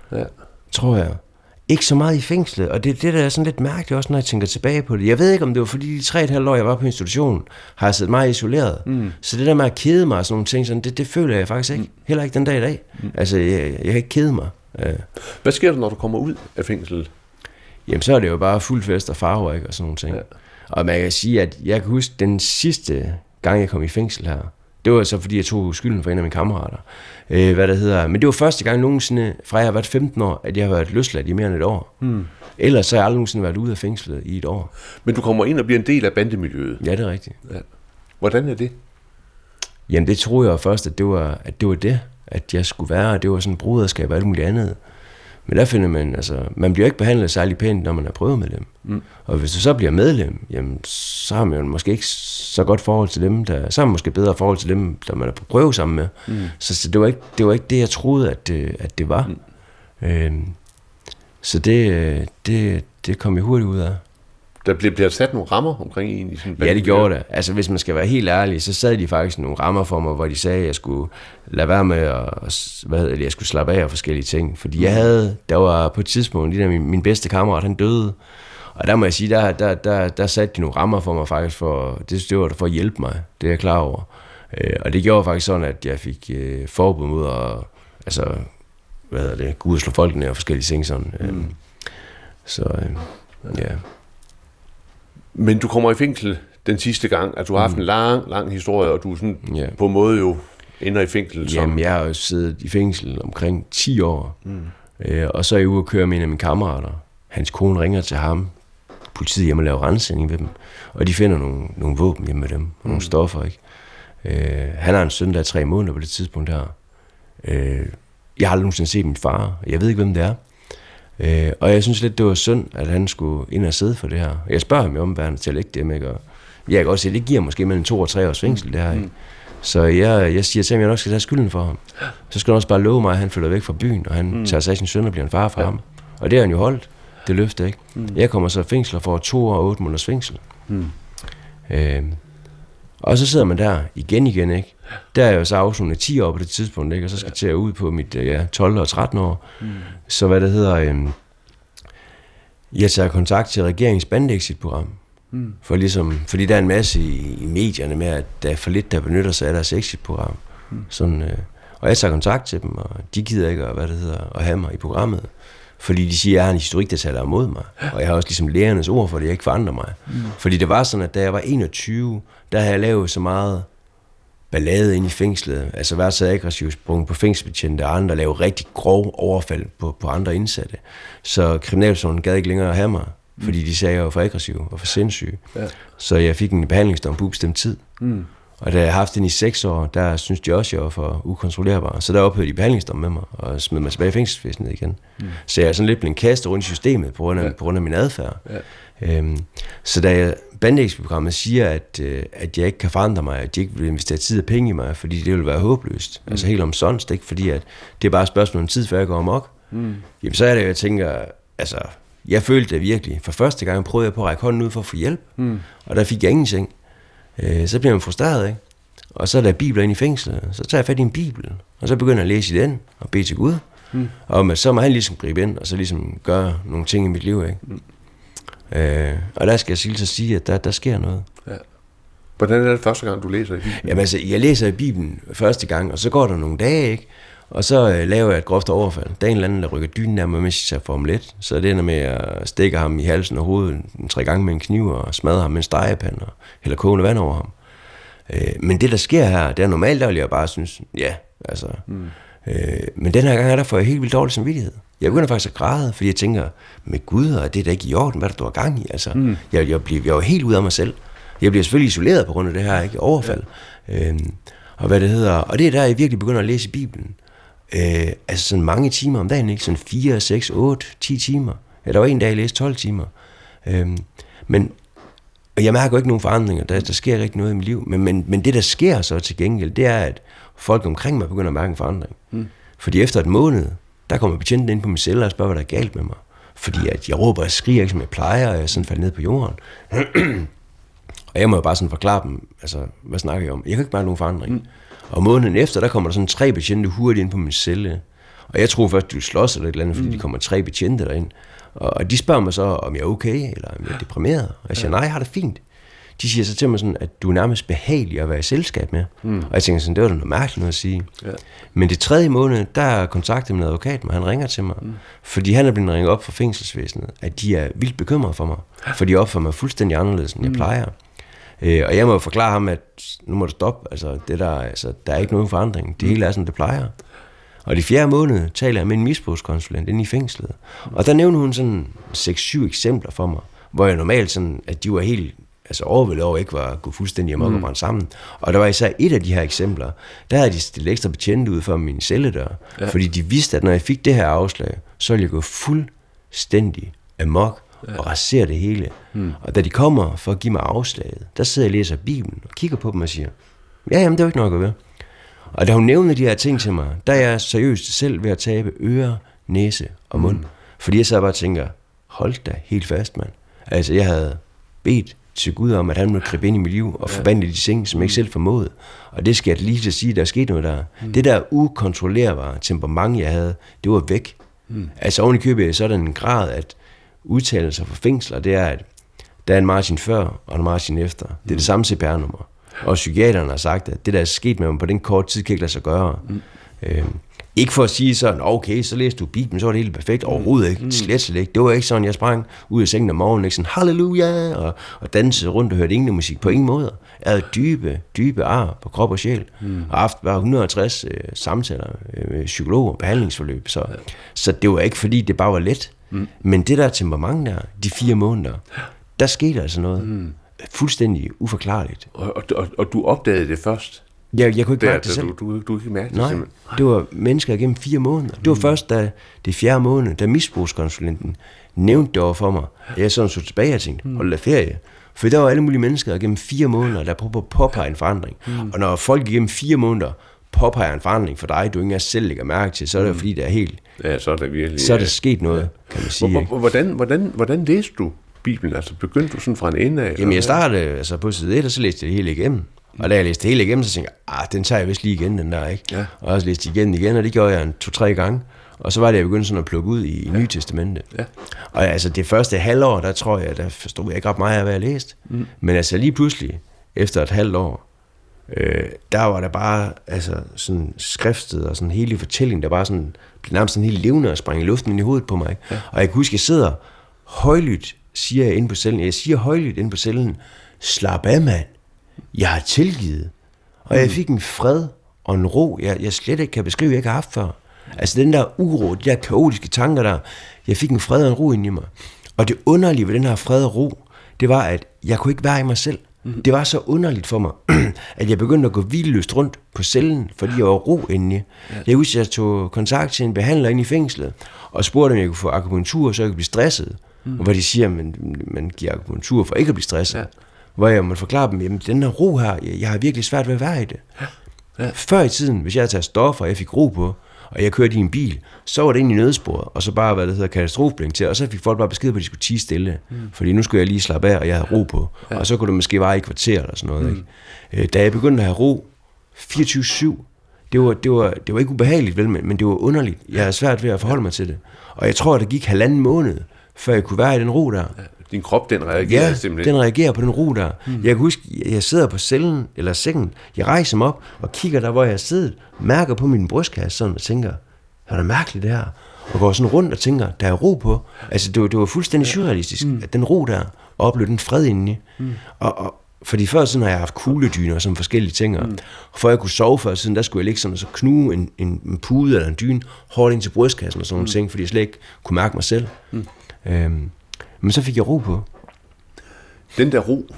Speaker 3: tror jeg. Ikke så meget i fængslet, og det der er sådan lidt mærkeligt også, når jeg tænker tilbage på det. Jeg ved ikke, om det var fordi de 3,5 år, jeg var på institutionen, har jeg siddet meget isoleret. Så det der med at kede mig og sådan nogle ting, sådan, det føler jeg faktisk ikke. Heller ikke den dag i dag. Altså, jeg kan ikke kede mig.
Speaker 2: Hvad sker der, når du kommer ud af fængslet?
Speaker 3: Jamen, så er det jo bare fuld fest og farver, ikke? Og sådan nogle ting. Ja. Og man kan sige, at jeg kan huske den sidste gang, jeg kom i fængsel her. Det var så, fordi jeg tog skylden for en af mine kammerater. Men det var første gang nogensinde, fra jeg har været 15 år, at jeg har været løsladt i mere end et år. Ellers så har jeg aldrig nogensinde været ude af fængslet i et år.
Speaker 2: Men du kommer ind og bliver en del af bandemiljøet?
Speaker 3: Ja, det er rigtigt. Ja.
Speaker 2: Hvordan er det?
Speaker 3: Jamen det troede jeg først, at det var det, at jeg skulle være. Det var sådan et broderskab og alt muligt andet. Men der finder man, altså, man bliver ikke behandlet særlig pænt, når man er prøvemedlem. Og hvis du så bliver medlem, jamen, så har man jo måske ikke så godt forhold til dem, så har man måske bedre forhold til dem, der man er på prøve sammen med. Så det var ikke det, jeg troede, at det var. Så det kom jeg hurtigt ud af.
Speaker 2: Der bliver sat nogle rammer omkring en i sådan en.
Speaker 3: Ja, det gjorde det. Altså, hvis man skal være helt ærlig, så sad de faktisk nogle rammer for mig, hvor de sagde, at jeg skulle lade være med at jeg skulle slappe af og forskellige ting. Fordi der var på et tidspunkt, min bedste kammerat, han døde. Og der må jeg sige, der satte de nogle rammer for mig faktisk, det var for at hjælpe mig. Det er jeg klar over. Og det gjorde faktisk sådan, at jeg fik forbud mod at gå ud og slå folk ned og forskellige ting sådan. Ja.
Speaker 2: Men du kommer i fængsel den sidste gang, at du har haft en lang historie, og du sådan på en måde jo ender i fængsel.
Speaker 3: Jamen, jeg har jo siddet i fængsel omkring 10 år, og så er jeg ude og køre med en af mine kammerater. Hans kone ringer til ham, politiet hjemme og laver ransagning ved dem, og de finder nogle våben hjemme med dem, og nogle stoffer, ikke? Han har en søn, der er 3 måneder på det tidspunkt her. Jeg har aldrig nogensinde set min far, jeg ved ikke, hvem det er. Og jeg synes lidt, det var synd, at han skulle ind og sidde for det her. Jeg spørger ham om, hvad han til at lægge dem, ikke? Og jeg kan også sige, at det giver måske mellem 2 og 3 års fængsel, det her, ikke? Så jeg siger til ham, at jeg nok skal tage skylden for ham. Så skal han også bare love mig, at han flytter væk fra byen, og han tager sig af sin søn og bliver en far for ham. Og det har han jo holdt, det løfte, ikke? Jeg kommer så i fængsel og får 2 år og 8 måneders fængsel. Og så sidder man der igen, ikke? Der er jeg jo så afsonet 10 år på det tidspunkt, ikke? Og så skal jeg til at ud på mit 12 og 13 år. Så jeg tager kontakt til regeringens bandeexit-program. Fordi der er en masse i medierne med, at der er for lidt, der benytter sig af deres exit-program. Og jeg tager kontakt til dem, og de gider ikke at have mig i programmet. Fordi de siger, at jeg har en historik, der taler imod mig. Og jeg har også ligesom lærernes ord for det, jeg ikke forandrer mig. Fordi det var sådan, at da jeg var 21, der havde jeg lavet så meget ballade ind i fængslet. Altså været så aggressivt sprung på fængselsbetjente og andre, lave rigtig grov overfald på andre indsatte. Så kriminalforsorgen gad ikke længere at have mig, fordi de sagde, at jeg var for aggressiv og for sindssyg. Så jeg fik en behandlingsdom på ubestemt tid. Og da jeg har haft den i 6 år, der synes de også, at jeg var for ukontrollerbar. Så der ophørte de behandlingsdom med mig og smed mig tilbage i fængselsvæsenet igen. Så jeg er sådan lidt blevet kastet rundt i systemet på grund af min adfærd. Så da bandeexit-programmet siger, at jeg ikke kan forandre mig, at de ikke vil investere tid og penge i mig, fordi det vil være håbløst. Altså helt omsonst, ikke? Fordi at det er bare et spørgsmål om tid, før jeg går amok. Jamen så er det, jeg tænker, altså, jeg følte det virkelig. For første gang prøvede jeg på at række hånden ud for at få hjælp, og der fik jeg ingenting. Så bliver man frustreret, ikke? Og så er der bibler ind i fængslet, så tager jeg fat i en bibel, og så begynder jeg at læse i den, og bede til Gud. Og så må han ligesom gribe ind, og så ligesom gøre nogle ting i mit liv, ikke? Og der skal jeg sige, at der sker noget.
Speaker 2: Hvordan er det første gang, du læser i Bibelen?
Speaker 3: Jamen altså, jeg læser i Bibelen første gang, og så går der nogle dage, ikke? Og så laver jeg et groft overfald. Der er en eller anden, der rykker dynen nærmere, mens jeg tager Formel 1. Så det ender med at stikke ham i halsen og hovedet 3 gange med en kniv, og smadre ham med en stegepande, og hælder kogende vand over ham. Men det, der sker her, det er normalt, der vil jeg bare synes, men den her gang er der for jeg helt vildt dårlig samvittighed. Jeg begynder faktisk at græde, fordi jeg tænker, med Gud, og det er da ikke i orden, hvad der er gang i. Altså, jeg var helt ude af mig selv. Jeg bliver selvfølgelig isoleret på grund af det her, ikke? Overfald. Og og det er der, jeg virkelig begynder at læse i Bibelen. Altså sådan mange timer om dagen, ikke? Sådan 4, 6, 8, 10 timer. Ja, der var en dag, jeg læste 12 timer. Og jeg mærker ikke nogen forandringer. Der sker ikke noget i mit liv. Men det, der sker så til gengæld, det er, at folk omkring mig begynder at mærke en forandring. Fordi efter et måned, der kommer betjenten ind på min celle og spørger, hvad der er galt med mig. Fordi at jeg råber og skriger ikke, som jeg plejer, og jeg sådan falder ned på jorden. Og jeg må jo bare sådan forklare dem, altså, hvad snakker jeg om? Jeg kan ikke mærke nogen forandring. Og måneden efter, der kommer der sådan 3 betjente hurtigt ind på min celle. Og jeg tror først, at du slås eller et eller andet, fordi de kommer 3 betjente derind. Og de spørger mig så, om jeg er okay, eller om jeg er deprimeret. Og jeg siger, nej, jeg har det fint. De siger så til mig sådan, at du er nærmest behagelig at være i selskab med. Og jeg tænker sådan, det var da noget mærkeligt noget at sige. Men det 3. måned, der kontaktede min advokat mig, han ringer til mig. Fordi han er blevet ringet op fra fængselsvæsenet, at de er vildt bekymrede for mig. For de opfører mig fuldstændig anderledes, end jeg plejer. Og jeg må jo forklare ham, at nu må du stoppe, altså, der er ikke nogen forandring. Det hele er sådan, det plejer. Og de 4. måned taler jeg med en misbrugskonsulent inde i fængslet. Og der nævner hun sådan 6-7 eksempler for mig, hvor jeg normalt sådan, at de var helt overvældet over ikke var gået fuldstændig amok og brændt sammen. Og der var især et af de her eksempler, der havde de stillet ekstra betjente ud for min celledør, fordi de vidste, at når jeg fik det her afslag, så ville jeg gå fuldstændig amok og rasere det hele. Og da de kommer for at give mig afslaget, der sidder jeg og læser Bibelen og kigger på dem og siger, jamen det er jo ikke nok at være. Og da hun nævner de her ting til mig, der er jeg seriøst selv ved at tabe øre, næse og mund. Fordi jeg så bare tænker, hold da helt fast, mand. Altså jeg havde bedt til Gud om, at han måtte gribe ind i mit liv og forbande de ting, som jeg ikke selv formåede. Og det skal jeg lige til at sige, der er sket noget der. Det der ukontrollerbare temperament, jeg havde, det var væk. Altså oven i købet, så er der en grad, at udtalelser fra fængsler, det er, at der er en margin før og en margin efter. Det er det samme CPR-nummer. Og psykiaterne har sagt, at det der er sket med mig på den korte tid, kan ikke lade sig gøre. Ikke for at sige sådan, okay, så læste du Bibelen, så var det helt perfekt. Overhovedet ikke. Slet ikke. Det var ikke sådan, jeg sprang ud af sengen om morgenen, ikke sådan, halleluja, og dansede rundt og hørte ingen musik på ingen måde. Jeg havde dybe ar på krop og sjæl, og haft bare 160 samtaler med psykologer og behandlingsforløb. Så det var ikke, fordi det bare var let. Men det der temperament der, de 4 måneder, der skete altså noget fuldstændig uforklarligt.
Speaker 2: Og du opdagede det først?
Speaker 3: Jeg kunne ikke mærke det selv.
Speaker 2: Du ikke mærke det
Speaker 3: simpelthen? Det var mennesker igennem 4 måneder. Det var først, da det 4. måned, da misbrugskonsulenten nævnte det over for mig. Jeg sådan så tilbage og tænkte, hold da ferie. For der var alle mulige mennesker igennem 4 måneder, der prøver at påpege en forandring. Og når folk igennem 4 måneder påpeger en forandring for dig, du ikke engang selv lægger mærke til, så er det fordi, det er helt...
Speaker 2: Ja, så er det virkelig...
Speaker 3: Så er der sket noget, kan man sige.
Speaker 2: Hvordan læste du Bibelen? Altså begyndte du sådan fra en ende af?
Speaker 3: Jamen jeg startede på side 1, og så læste jeg det hele igennem. Og da jeg læste det hele igennem, så tænkte jeg, den tager jeg vist lige igen, den der, ikke? Ja. Og så læste jeg igen, og det gjorde jeg 2-3 gange. Og så var det, jeg begyndte sådan at plukke ud i Nye Testamente. Ja. Og altså det første halvår, der tror jeg, der forstod jeg ikke ret meget af, hvad jeg læste. Men altså lige pludselig, efter et halvt år, der var der bare altså sådan skriftet og sådan hele fortællingen, der bare sådan blev nærmest sådan helt levende og sprang i luften ind i hovedet på mig. Ikke? Ja. Og jeg kan huske, jeg sidder højlydt, siger jeg inde på cellen. Jeg siger højlydt inde på cellen, slap af, mand. Jeg har tilgivet. Og jeg fik en fred og en ro, jeg slet ikke kan beskrive, jeg ikke har haft før. Altså den der uro, de der kaotiske tanker der, jeg fik en fred og en ro ind i mig. Og det underlige ved den her fred og ro, det var, at jeg kunne ikke være i mig selv. Det var så underligt for mig, at jeg begyndte at gå hvileløst rundt på cellen, fordi jeg var ro inde. Jeg husker, at jeg tog kontakt til en behandler inde i fængslet, og spurgte, om jeg kunne få akupunktur, så jeg kunne blive stresset. Og hvor de siger, at man giver akupunktur for ikke at blive stresset. Hvor jeg må forklare dem, at den her ro her, jeg har virkelig svært ved at være i det. Før i tiden, hvis jeg havde taget stoffer, og jeg fik ro på, og jeg kørte i en bil, så var det ind i nødsporet, og så bare, hvad det hedder, katastrofeblink til, og så fik folk bare besked på, at de skulle tie stille, fordi nu skulle jeg lige slappe af, og jeg havde ro på, og så kunne det måske være i kvarter eller sådan noget, ikke? Da jeg begyndte at have ro 24/7, det var ikke ubehageligt, vel, men det var underligt. Jeg havde svært ved at forholde mig til det, og jeg tror, at det gik 1,5 måned, før jeg kunne være i den ro der.
Speaker 2: Din krop, den reagerer simpelthen.
Speaker 3: Den reagerer på den ro der. Jeg kan huske, jeg sidder på cellen, eller sengen, jeg rejser mig op, og kigger der, hvor jeg sidder, mærker på min brystkasse, sådan, og tænker, er det mærkeligt det her? Og går sådan rundt og tænker, der er ro på. Altså, det var fuldstændig surrealistisk, at den ro der, oplevede den fred indeni. Og fordi før siden har jeg haft kugledyner som forskellige ting, og for jeg kunne sove før siden, der skulle jeg ligge sådan og så knuge en pude eller en dyne hårdt ind til brystkassen og sådan nogle ting, fordi jeg slet ikke kunne mærke mig selv. Men så fik jeg ro på.
Speaker 2: Den der ro,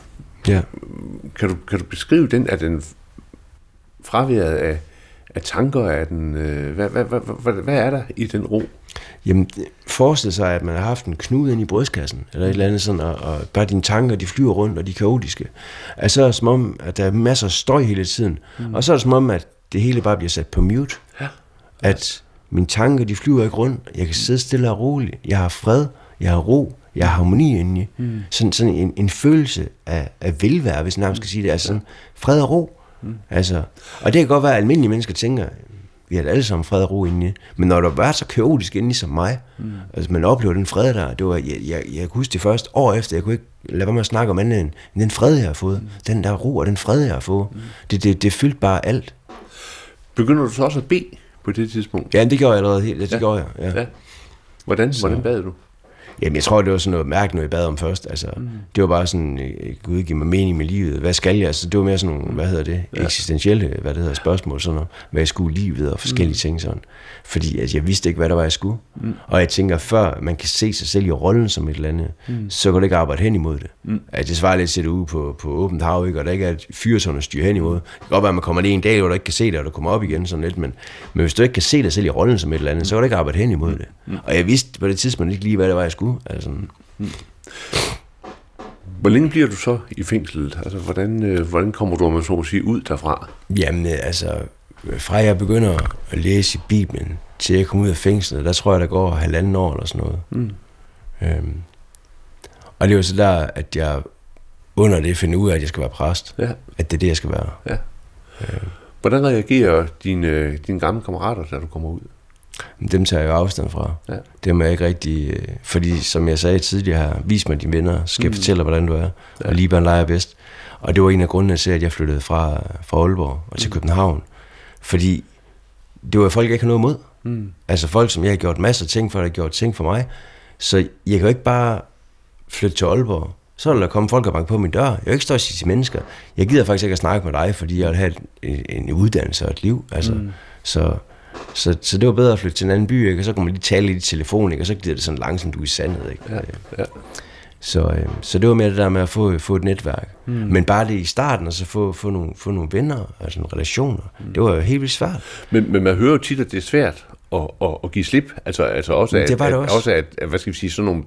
Speaker 2: kan du beskrive den, at den fraværet af tanker, af den, hvad er der i den ro?
Speaker 3: Jamen, forestil sig, at man har haft en knude ind i brystkassen, eller et eller andet sådan, og bare dine tanker, de flyver rundt, og de er kaotiske. Altså, så er det som om, at der er masser af støj hele tiden, og så er det som om, at det hele bare bliver sat på mute. At mine tanker, de flyver ikke rundt, jeg kan sidde stille og roligt, jeg har fred, jeg har ro, jeg har harmoni indeni. Sådan en følelse af velvære, hvis man skal sige det, altså sådan fred og ro. Altså, og det kan godt være, at almindelige mennesker tænker, vi har alle sammen fred og ro indeni, men når der var så kaotisk indeni som mig, altså man oplever den fred der, det var, jeg kunne huske det første år efter, jeg kunne ikke lade være med at snakke om andet end den fred, jeg har fået, den der ro og den fred, jeg har fået, det fyldte bare alt.
Speaker 2: Begynder du så også at bede på det tidspunkt?
Speaker 3: Ja, det gjorde jeg allerede helt, det gjorde jeg, ja.
Speaker 2: Hvordan bad du?
Speaker 3: Jamen, jeg tror, det var sådan noget mærke, noget jeg bad om først. Altså, det var bare sådan, Gud, giv mig mening med livet. Hvad skal jeg? Altså, det var mere sådan nogle, eksistentielle, spørgsmål, sådan noget, hvad jeg skulle i livet og forskellige ting sådan. Fordi altså, jeg vidste ikke, hvad der var, jeg skulle. Og jeg tænker, før man kan se sig selv i rollen som et eller andet, så kan du ikke arbejde hen imod det. At det svarer lidt til det ude på åbent hav, ikke? Og der ikke er et fyrsånd at styre hen imod. Det kan godt være, at man kommer ned en dag, hvor du ikke kan se det, og du kommer op igen sådan lidt. Men hvis du ikke kan se dig selv i rollen som et eller andet, så kan du ikke arbejde hen imod det. Og jeg vidste på det tidspunkt ikke lige, hvad det var, jeg skulle. Altså.
Speaker 2: Hvor længe bliver du så i fængslet? Altså, hvordan kommer du, om man så må sige, ud derfra?
Speaker 3: Jamen, altså, fra jeg begynder at læse i Bibelen, til jeg kommer ud af fængslet, der tror jeg, der går 1,5 år eller sådan noget. Og det var så der, at jeg under det finder ud af, at jeg skal være præst. Ja. At det er det, jeg skal være. Ja.
Speaker 2: Hvordan reagerer dine gamle kammerater, da du kommer ud?
Speaker 3: Dem tager jeg jo afstand fra. Ja. Dem er jeg ikke rigtig... Fordi, som jeg sagde tidligere, vis mig dine venner, skal jeg fortælle hvordan du er. Ja. Og Liban leger bedst. Og det var en af grundene til, at jeg flyttede fra Aalborg og til København. Fordi det var folk, jeg ikke havde noget imod. Altså folk, som jeg har gjort masser af ting for, der har gjort ting for mig. Så jeg kan jo ikke bare flytte til Aalborg. Så vil der komme folk og banke på min dør. Jeg vil ikke stå og sige til mennesker, jeg gider faktisk ikke at snakke med dig, fordi jeg vil have en uddannelse og et liv. Altså, så det var bedre at flytte til en anden by, ikke? Og så kunne man lige tale lidt i telefon, ikke? Og så giver det sådan langsomt ud i sandet. Ikke?
Speaker 2: Ja.
Speaker 3: Så det var mere det der med at få et netværk. Men bare det i starten, og så få nogle venner, altså nogle relationer, det var jo helt vildt svært.
Speaker 2: Men man hører jo tit, at det er svært at give slip. Altså også at hvad skal vi sige, sådan nogle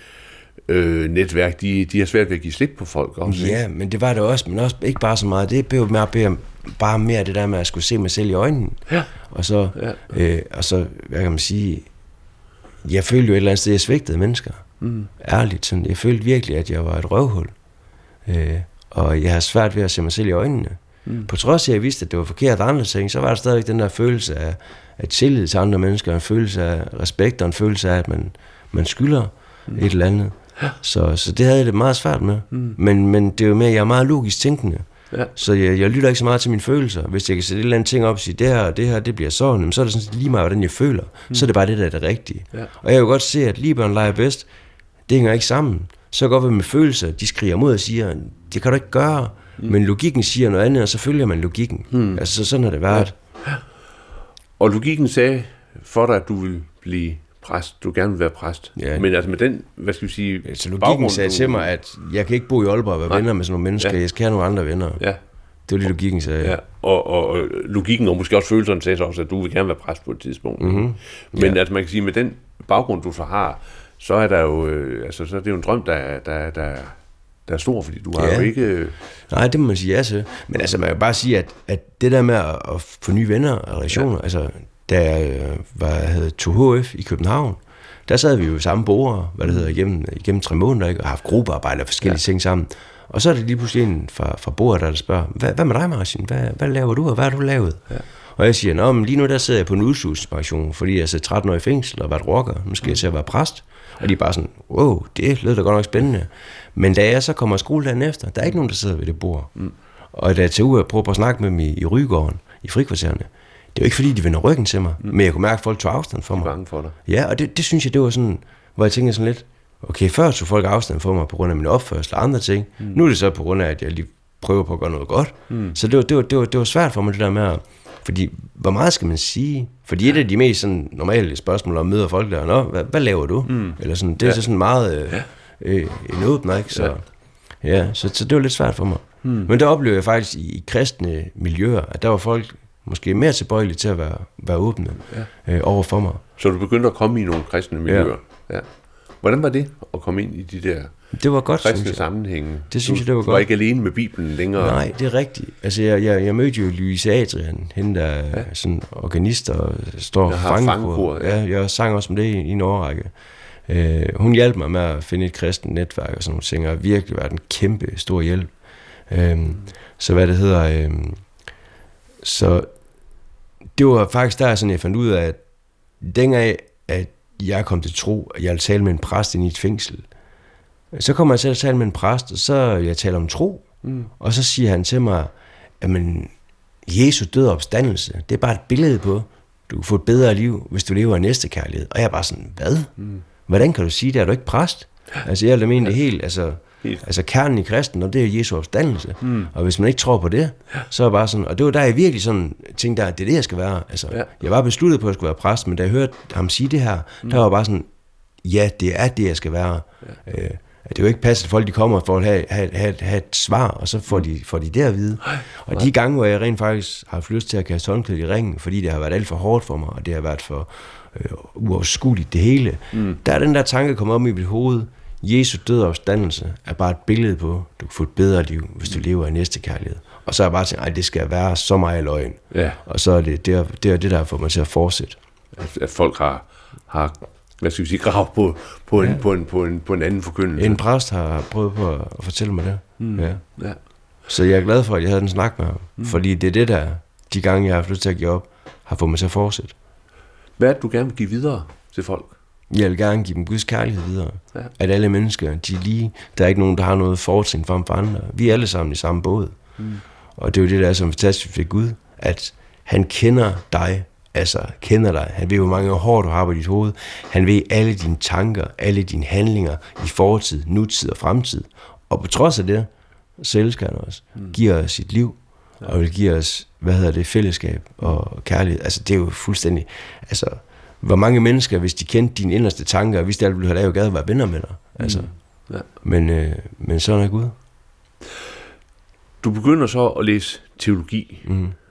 Speaker 2: netværk, de har svært ved at give slip på folk også.
Speaker 3: Ja, ikke? Men det var det også, men også ikke bare så meget. Det blev bare mere det der med at skulle se mig selv i øjnene.
Speaker 2: Ja.
Speaker 3: Og så, hvad kan man sige, jeg følte jo et eller andet sted, jeg svigtede mennesker. Ærligt. Sådan. Jeg følte virkelig, at jeg var et røvhul. Og jeg har svært ved at se mig selv i øjnene. På trods af, at jeg vidste, at det var forkert andre ting, så var der stadigvæk den der følelse af tillid til andre mennesker, en følelse af respekt, og en følelse af, at man skylder et eller andet. Så det havde jeg det meget svært med. Men det er jo mere, jeg er meget logisk tænkende. Ja. Så jeg lytter ikke så meget til mine følelser. Hvis jeg kan sætte et eller andet ting op og sige, det her, det bliver sådan, så er det sådan lige meget, hvordan jeg føler. Så er det bare det, der er det rigtige. Ja. Og jeg kan godt se, at lige børn leger bedst, det hænger ikke sammen. Så kan godt være med følelser, de skriger mod og siger, det kan du ikke gøre. Men logikken siger noget andet, og så følger man logikken. Altså sådan har det været.
Speaker 2: Ja. Og logikken sagde for dig, at du vil blive præst, du gerne vil være præst. Ja. Men altså med den, hvad skal vi sige,
Speaker 3: så logikken sagde til mig, at jeg kan ikke bo i Aalborg og være venner med sådan nogle mennesker, jeg skal have nogle andre venner. Ja. Det var lige logikken sagde.
Speaker 2: Ja. Og logikken og måske også følelserne sagde så også, at du vil gerne være præst på et tidspunkt. Men altså man kan sige, med den baggrund, du så har, så er der jo, så er det jo en drøm, der er stor, fordi du har jo ikke...
Speaker 3: Nej, det må man sige ja til. Men altså, man kan bare sige, at det der med at få nye venner og relationer, altså, da jeg havde 2HF i København, der sad vi jo i samme bord, igennem 3 måneder, ikke? Og haft gruppearbejde og forskellige ting sammen. Og så er det lige pludselig en fra bordet, der spørger, hvad med dig, Martin? Hvad laver du, og hvad har du lavet? Ja. Og jeg siger, men lige nu der sidder jeg på en udslusningspension, fordi jeg sidder 13 år i fængsel og har været rocker. Nu skal jeg til at være præst. Og de er bare sådan, wow, det lyder da godt nok spændende. Men da jeg så kommer i skole dagen efter, der er ikke nogen, der sidder ved det bord. Og da jeg tager ud og prøver at snakke med dem i Rygården, i frikvartererne, det er jo ikke fordi, de vender ryggen til mig, men jeg kunne mærke, at folk tog afstand for mig.
Speaker 2: De er bange for dig.
Speaker 3: Ja, og det synes jeg, det var sådan, hvor jeg tænkte sådan lidt, okay, før tog folk afstand for mig på grund af min opførsel og andre ting. Nu er det så på grund af, at jeg lige prøver på at gøre noget godt. Så det var svært for mig, det der med at... Fordi, hvor meget skal man sige? Fordi et af de mest sådan, normale spørgsmål, om møder folk der, hvad laver du? Eller sådan, det er så sådan meget en åbner, ikke? Så det var lidt svært for mig. Men der oplevede jeg faktisk i kristne miljøer, at der var folk måske mere tilbøjelige til at være åbne over for mig.
Speaker 2: Så du begyndte at komme i nogle kristne miljøer? Ja. Hvordan var det at komme ind i de der...
Speaker 3: Det var godt,
Speaker 2: kristne sammenhænge?
Speaker 3: Det synes jeg, det var godt.
Speaker 2: Du var ikke alene med Bibelen længere?
Speaker 3: Nej, det er rigtigt. Altså, jeg mødte jo Louise Adrian, hende der er sådan organist og står fangekor. Ja, jeg sang også med det i en årrække. Hun hjalp mig med at finde et kristent netværk og sådan nogle ting, og har virkelig været en kæmpe stor hjælp. Så hvad det hedder... så det var faktisk der, sådan jeg fandt ud af, at dengang, at jeg kom til tro, at jeg ville tale med en præst inde i et fængsel, så kommer jeg til at tale med en præst, og så jeg taler om tro, og så siger han til mig, at Jesu død og opstandelse, det er bare et billede på, du kan få et bedre liv, hvis du lever af næstekærlighed. Og jeg er bare sådan, hvad? Hvordan kan du sige det? Er du ikke præst? Altså jeg vil mene det helt, altså kernen i kristen, og det er Jesu opstandelse. Og hvis man ikke tror på det, så er bare sådan, og det var der jeg virkelig sådan tænkte, at det er det, jeg skal være. Altså, jeg var besluttet på, at jeg skulle være præst, men da jeg hørte ham sige det her, der var bare sådan, ja, det er det, jeg skal være. Det er jo ikke passet, at folk de kommer for at have et svar, og så får de det at vide. Og de gange, hvor jeg rent faktisk har haft lyst til at kaste håndklædet i ringen, fordi det har været alt for hårdt for mig, og det har været for uoverskueligt det hele, der er den der tanke kommet op i mit hoved, Jesu død og opstandelse er bare et billede på, du kan få et bedre liv, hvis du lever af næstekærlighed. Og så er jeg bare tænkt, det skal være så meget løgn. Ja. Og så er det det, der får mig til at fortsætte.
Speaker 2: At folk har hvad skal vi sige, grav på en anden forkyndelse.
Speaker 3: En præst har prøvet på at fortælle mig det. Ja. Så jeg er glad for, at jeg havde den snak med ham. Fordi det er det der, de gange jeg har haft lyst til at give op, har fået mig til at fortsætte.
Speaker 2: Hvad er det, du gerne vil give videre til folk?
Speaker 3: Jeg vil gerne give dem Guds kærlighed videre. Ja. At alle mennesker, de er lige. Der er ikke nogen, der har noget fortrin frem for andre. Vi er alle sammen i samme båd. Og det er jo det, der er så fantastisk ved Gud, at han kender dig altså kender dig. Han ved, hvor mange hår du har på dit hoved. Han ved alle dine tanker, alle dine handlinger i fortid, nutid og fremtid. Og på trods af det, så elsker han os. Giver os sit liv, og vil give os, fællesskab og kærlighed. Altså, det er jo fuldstændig... Altså, hvor mange mennesker, hvis de kendte dine inderste tanker, hvis de alt ville have lavet, gad at være venner med dig. Altså. Ja. Men sådan er Gud.
Speaker 2: Du begynder så at læse teologi.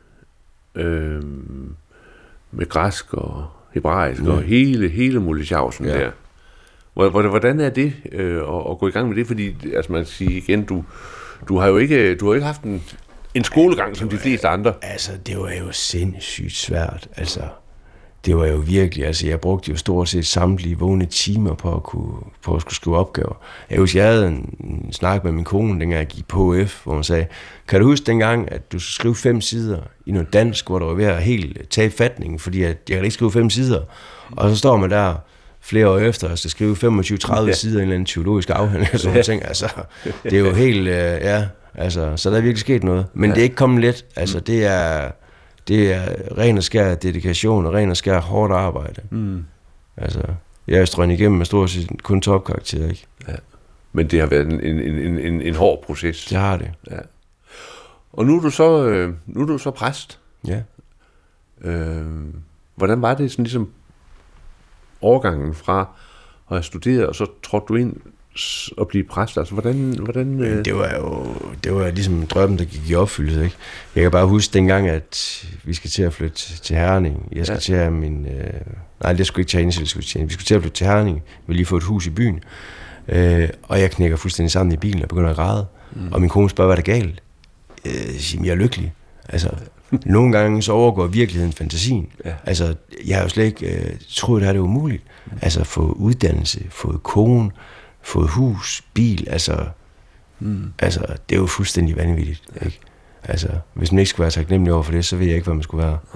Speaker 2: Med græsk og hebraisk og hele muligheden der. Hvordan er det at gå i gang med det? Fordi, altså man kan sige igen, du har jo ikke haft en skolegang som de fleste andre.
Speaker 3: Altså, det var jo sindssygt svært. Altså, det var jo virkelig, altså jeg brugte jo stort set samtlige vågne timer på at skulle skrive opgaver. Jeg husker, jeg havde en snak med min kone, dengang jeg gik på HF, hvor hun sagde, kan du huske dengang, at du skulle skrive 5 sider i noget dansk, hvor du var ved at helt tage fatningen, fordi jeg kan ikke skrive 5 sider. Og så står man der flere år efter og skal skrive 25-30 sider i en eller anden teologisk afhandling, og sådan nogle ting. Altså, det er jo helt, så der er virkelig sket noget. Men det er ikke kommet let. Altså, det er ren og skær dedikation og ren og skær hårdt arbejde. Altså, jeg er strøget igennem med stort set kun topkarakter, ikke?
Speaker 2: Ja. Men det har været en hård proces.
Speaker 3: Det har det.
Speaker 2: Ja. Og nu er du så præst.
Speaker 3: Ja.
Speaker 2: Hvordan var det sådan ligesom overgangen fra at have studeret, og så trådte du ind at blive præst? Altså, hvordan
Speaker 3: Det var ligesom drømmen, der gik i opfyldelse, ikke? Jeg kan bare huske dengang, at vi skal til at flytte til Herning. Jeg skal til at det skulle ikke tage initiativ. Vi skulle til at flytte til Herning. Vi ville lige få et hus i byen. Og jeg knækker fuldstændig sammen i bilen og begynder at græde. Og min kone spørger, hvad der er galt? Jeg er lykkelig. Altså, nogle gange så overgår virkeligheden fantasien. Ja. Altså, jeg har jo slet ikke troet, at det er umuligt. Altså, få uddannelse, få kone, få hus, bil, altså, det er jo fuldstændig vanvittigt, ikke? Altså, hvis man ikke skulle være taknemmelig over for det, så ved jeg ikke, hvad man skulle være.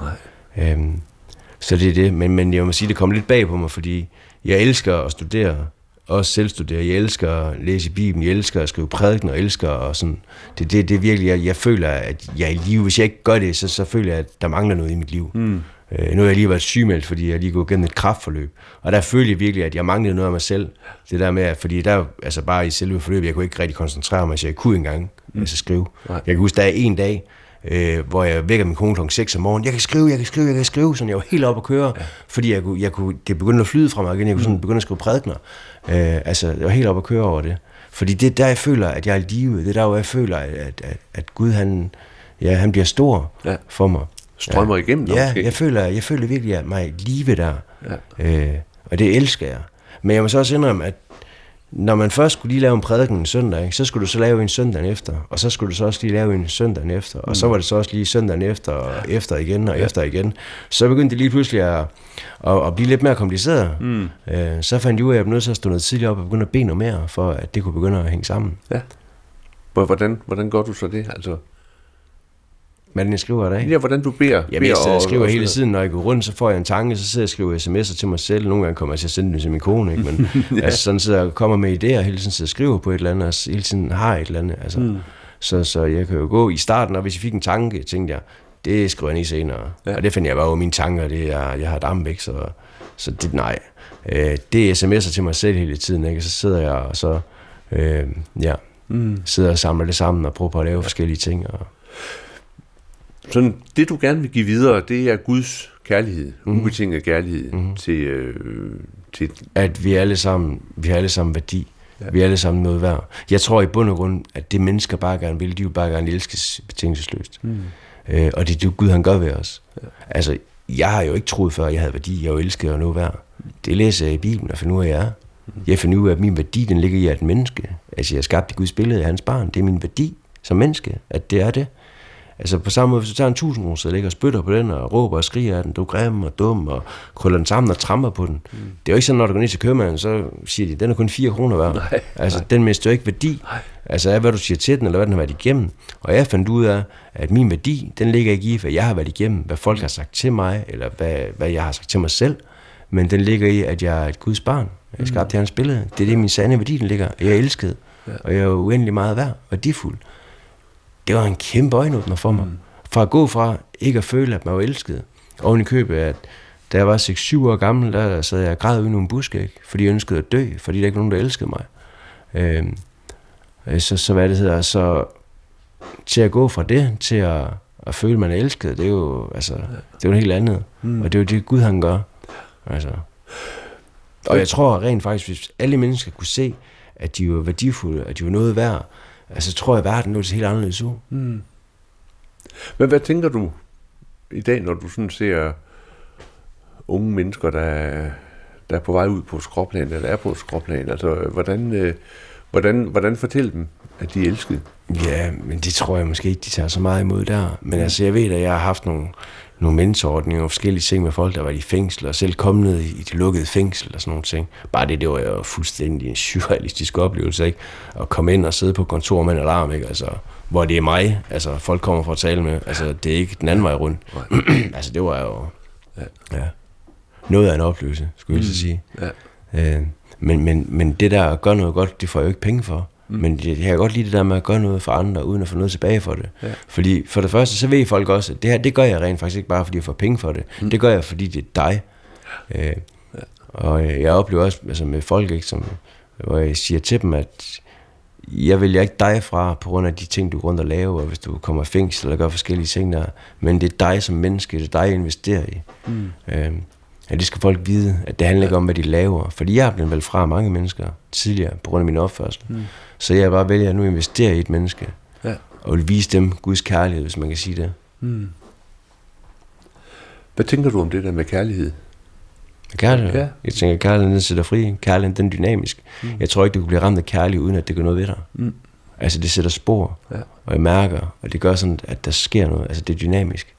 Speaker 3: Så det er det, men jeg må sige, det kom lidt bag på mig, fordi jeg elsker at studere, også selvstudere, jeg elsker at læse i Bibelen, jeg elsker at skrive prædikener, og elsker og sådan, det er virkelig, jeg føler, at jeg i livet, hvis jeg ikke gør det, så føler jeg, at der mangler noget i mit liv. Nu har jeg lige været sygemeldt, fordi jeg lige gået gennem et kræftforløb, og der følte jeg virkelig, at jeg manglede noget af mig selv. Det der med, fordi der, altså bare i selve forløbet, jeg kunne ikke rigtig koncentrere mig, så jeg kunne ikke engang skrive. Jeg kan huske, der er en dag, hvor jeg vækker min kone kl. 6 om morgenen, jeg kan skrive, så jeg var helt oppe at køre, fordi det begyndte at flyde fra mig igen, jeg kunne sådan begynde at skrive prædikener. Jeg var helt oppe at køre over det. Fordi det er der, jeg føler, at jeg er i live. Det er der, hvor jeg føler, at Gud, han bliver stor for mig.
Speaker 2: Strømmer igennem dig, måske.
Speaker 3: Jeg føler virkelig, at mig i live der. Og det elsker jeg. Men jeg må så også indrømme, at når man først skulle lige lave en prædiken en søndag, ikke, så skulle du så lave en søndagen efter, og så skulle du så også lige lave en søndagen efter, og så var det så også lige søndagen efter, og efter igen, og efter igen. Så begyndte det lige pludselig at blive lidt mere kompliceret. Så fandt jeg ud af, at jeg blev nødt til at stå noget tidligere op og begynde at bede noget mere, for at det kunne begynde at hænge sammen. Ja.
Speaker 2: Hvordan gør du så det? Altså...
Speaker 3: Hvordan jeg skriver der, ikke?
Speaker 2: Ja, hvordan du beder.
Speaker 3: Jamen, jeg skriver hele tiden, når jeg går rundt, så får jeg en tanke, så sidder jeg og skriver sms'er til mig selv. Nogle gange kommer jeg til at sende dem til min kone, ikke? Men altså, sådan så jeg kommer med idéer, hele tiden så jeg skriver på et eller andet, og hele tiden har et eller andet. Altså. Så jeg kan jo gå i starten, og hvis jeg fik en tanke, tænkte jeg, det skriver jeg lige senere. Ja. Og det finder jeg bare over mine tanker, jeg har dampvæk, så det, nej. Det er sms'er til mig selv hele tiden, ikke? Så sidder jeg og så, sidder og samler det sammen og prøver på at lave forskellige ting. Og
Speaker 2: sådan, det du gerne vil give videre, det er Guds kærlighed, ubetinget kærlighed til...
Speaker 3: At vi alle sammen værdi. Ja. Vi er alle sammen noget værd. Jeg tror i bund og grund, at det mennesker bare gerne vil, de vil bare gerne elskes betingelsesløst. Og det er det Gud, han gør ved os. Ja. Altså, jeg har jo ikke troet før, at jeg havde værdi, jeg jo elskede og noget værd. Det læser jeg i Bibelen og finder ud af, jeg er. Jeg finder ud af, at min værdi, den ligger i at menneske. Altså, jeg er skabt i Guds billede af hans barn. Det er min værdi som menneske, at det er det. Altså på samme måde, hvis du tager en 1000 kroner, så ligger og spytter på den, og råber og skriger af den, du er grim og dum, og krøller den sammen og tramper på den. Det er jo ikke sådan, når du går ned til købmanden, så siger de, den er kun 4 kroner værd. Den mister jo ikke værdi. Altså hvad du siger til den, eller hvad den har været igennem. Og jeg fandt ud af, at min værdi, den ligger ikke i, hvad jeg har været igennem, hvad folk har sagt til mig, eller hvad jeg har sagt til mig selv. Men den ligger i, at jeg er et Guds barn. Jeg er skabt til hans billede. Det er det, min sande værdi, den ligger. Jeg er elsket, og jeg er uendelig meget værd, værdifuld. Det var en kæmpe øjenåbner for mig. Fra at gå fra ikke at føle, at man var elsket, oven i købet, at da jeg var 6-7 år gammel, der sad jeg og græd ude i nogle buske, ikke? Fordi jeg ønskede at dø, fordi der ikke var nogen, der elskede mig. Så hvad det hedder, så til at gå fra det, til at føle, man er elsket, det er jo, altså, det er jo noget helt andet. Og det er jo det, Gud han gør. Altså. Og jeg tror rent faktisk, hvis alle mennesker kunne se, at de var værdifulde, at de var noget værd, altså tror jeg, at verden nu ser helt anderledes ud.
Speaker 2: Men hvad tænker du i dag, når du sådan ser unge mennesker, der er på vej ud på skråplan, eller er på skråplan? Altså, hvordan fortælle dem, at de er elskede?
Speaker 3: Ja, men det tror jeg måske ikke, de tager så meget imod der. Men altså, jeg ved, at jeg har haft nogle mentorordninger og forskellige ting med folk, der var i fængsel, og selv kom ned i det lukkede fængsel og sådan nogle ting. Bare det var jo fuldstændig en surrealistisk oplevelse, ikke? At komme ind og sidde på kontor med en alarm, ikke? Altså, hvor det er mig, altså folk kommer for at tale med, altså det er ikke den anden vej rundt. Altså det var jo noget af en oplevelse, skulle jeg sige. Men det der at gøre noget godt, det får jeg jo ikke penge for. Men jeg kan godt lide det der med at gøre noget for andre, uden at få noget tilbage for det. Fordi for det første, så ved folk også, at det her, det gør jeg rent faktisk ikke bare, fordi jeg får penge for det. Det gør jeg, fordi det er dig. Og jeg oplever også altså med folk, ikke, hvor jeg siger til dem, at jeg vælger ikke dig fra, på grund af de ting, du går rundt og laver, hvis du kommer i fængsel eller gør forskellige ting der. Men det er dig som menneske, det er dig, jeg investerer i. Ja, det skal folk vide, at det handler ikke om, hvad de laver. Fordi jeg er blevet valgt fra mange mennesker tidligere, på grund af min opførsel. Så jeg bare vælger at nu investere i et menneske. Og vil vise dem Guds kærlighed, hvis man kan sige det.
Speaker 2: Hvad tænker du om det der med kærlighed?
Speaker 3: Kærlighed? Ja. Jeg tænker, at kærligheden den sætter fri. Kærligheden den er dynamisk. Jeg tror ikke, du kan blive ramt af kærlighed, uden at det gør noget ved dig. Altså det sætter spor, og jeg mærker, og det gør sådan, at der sker noget. Altså det er dynamisk.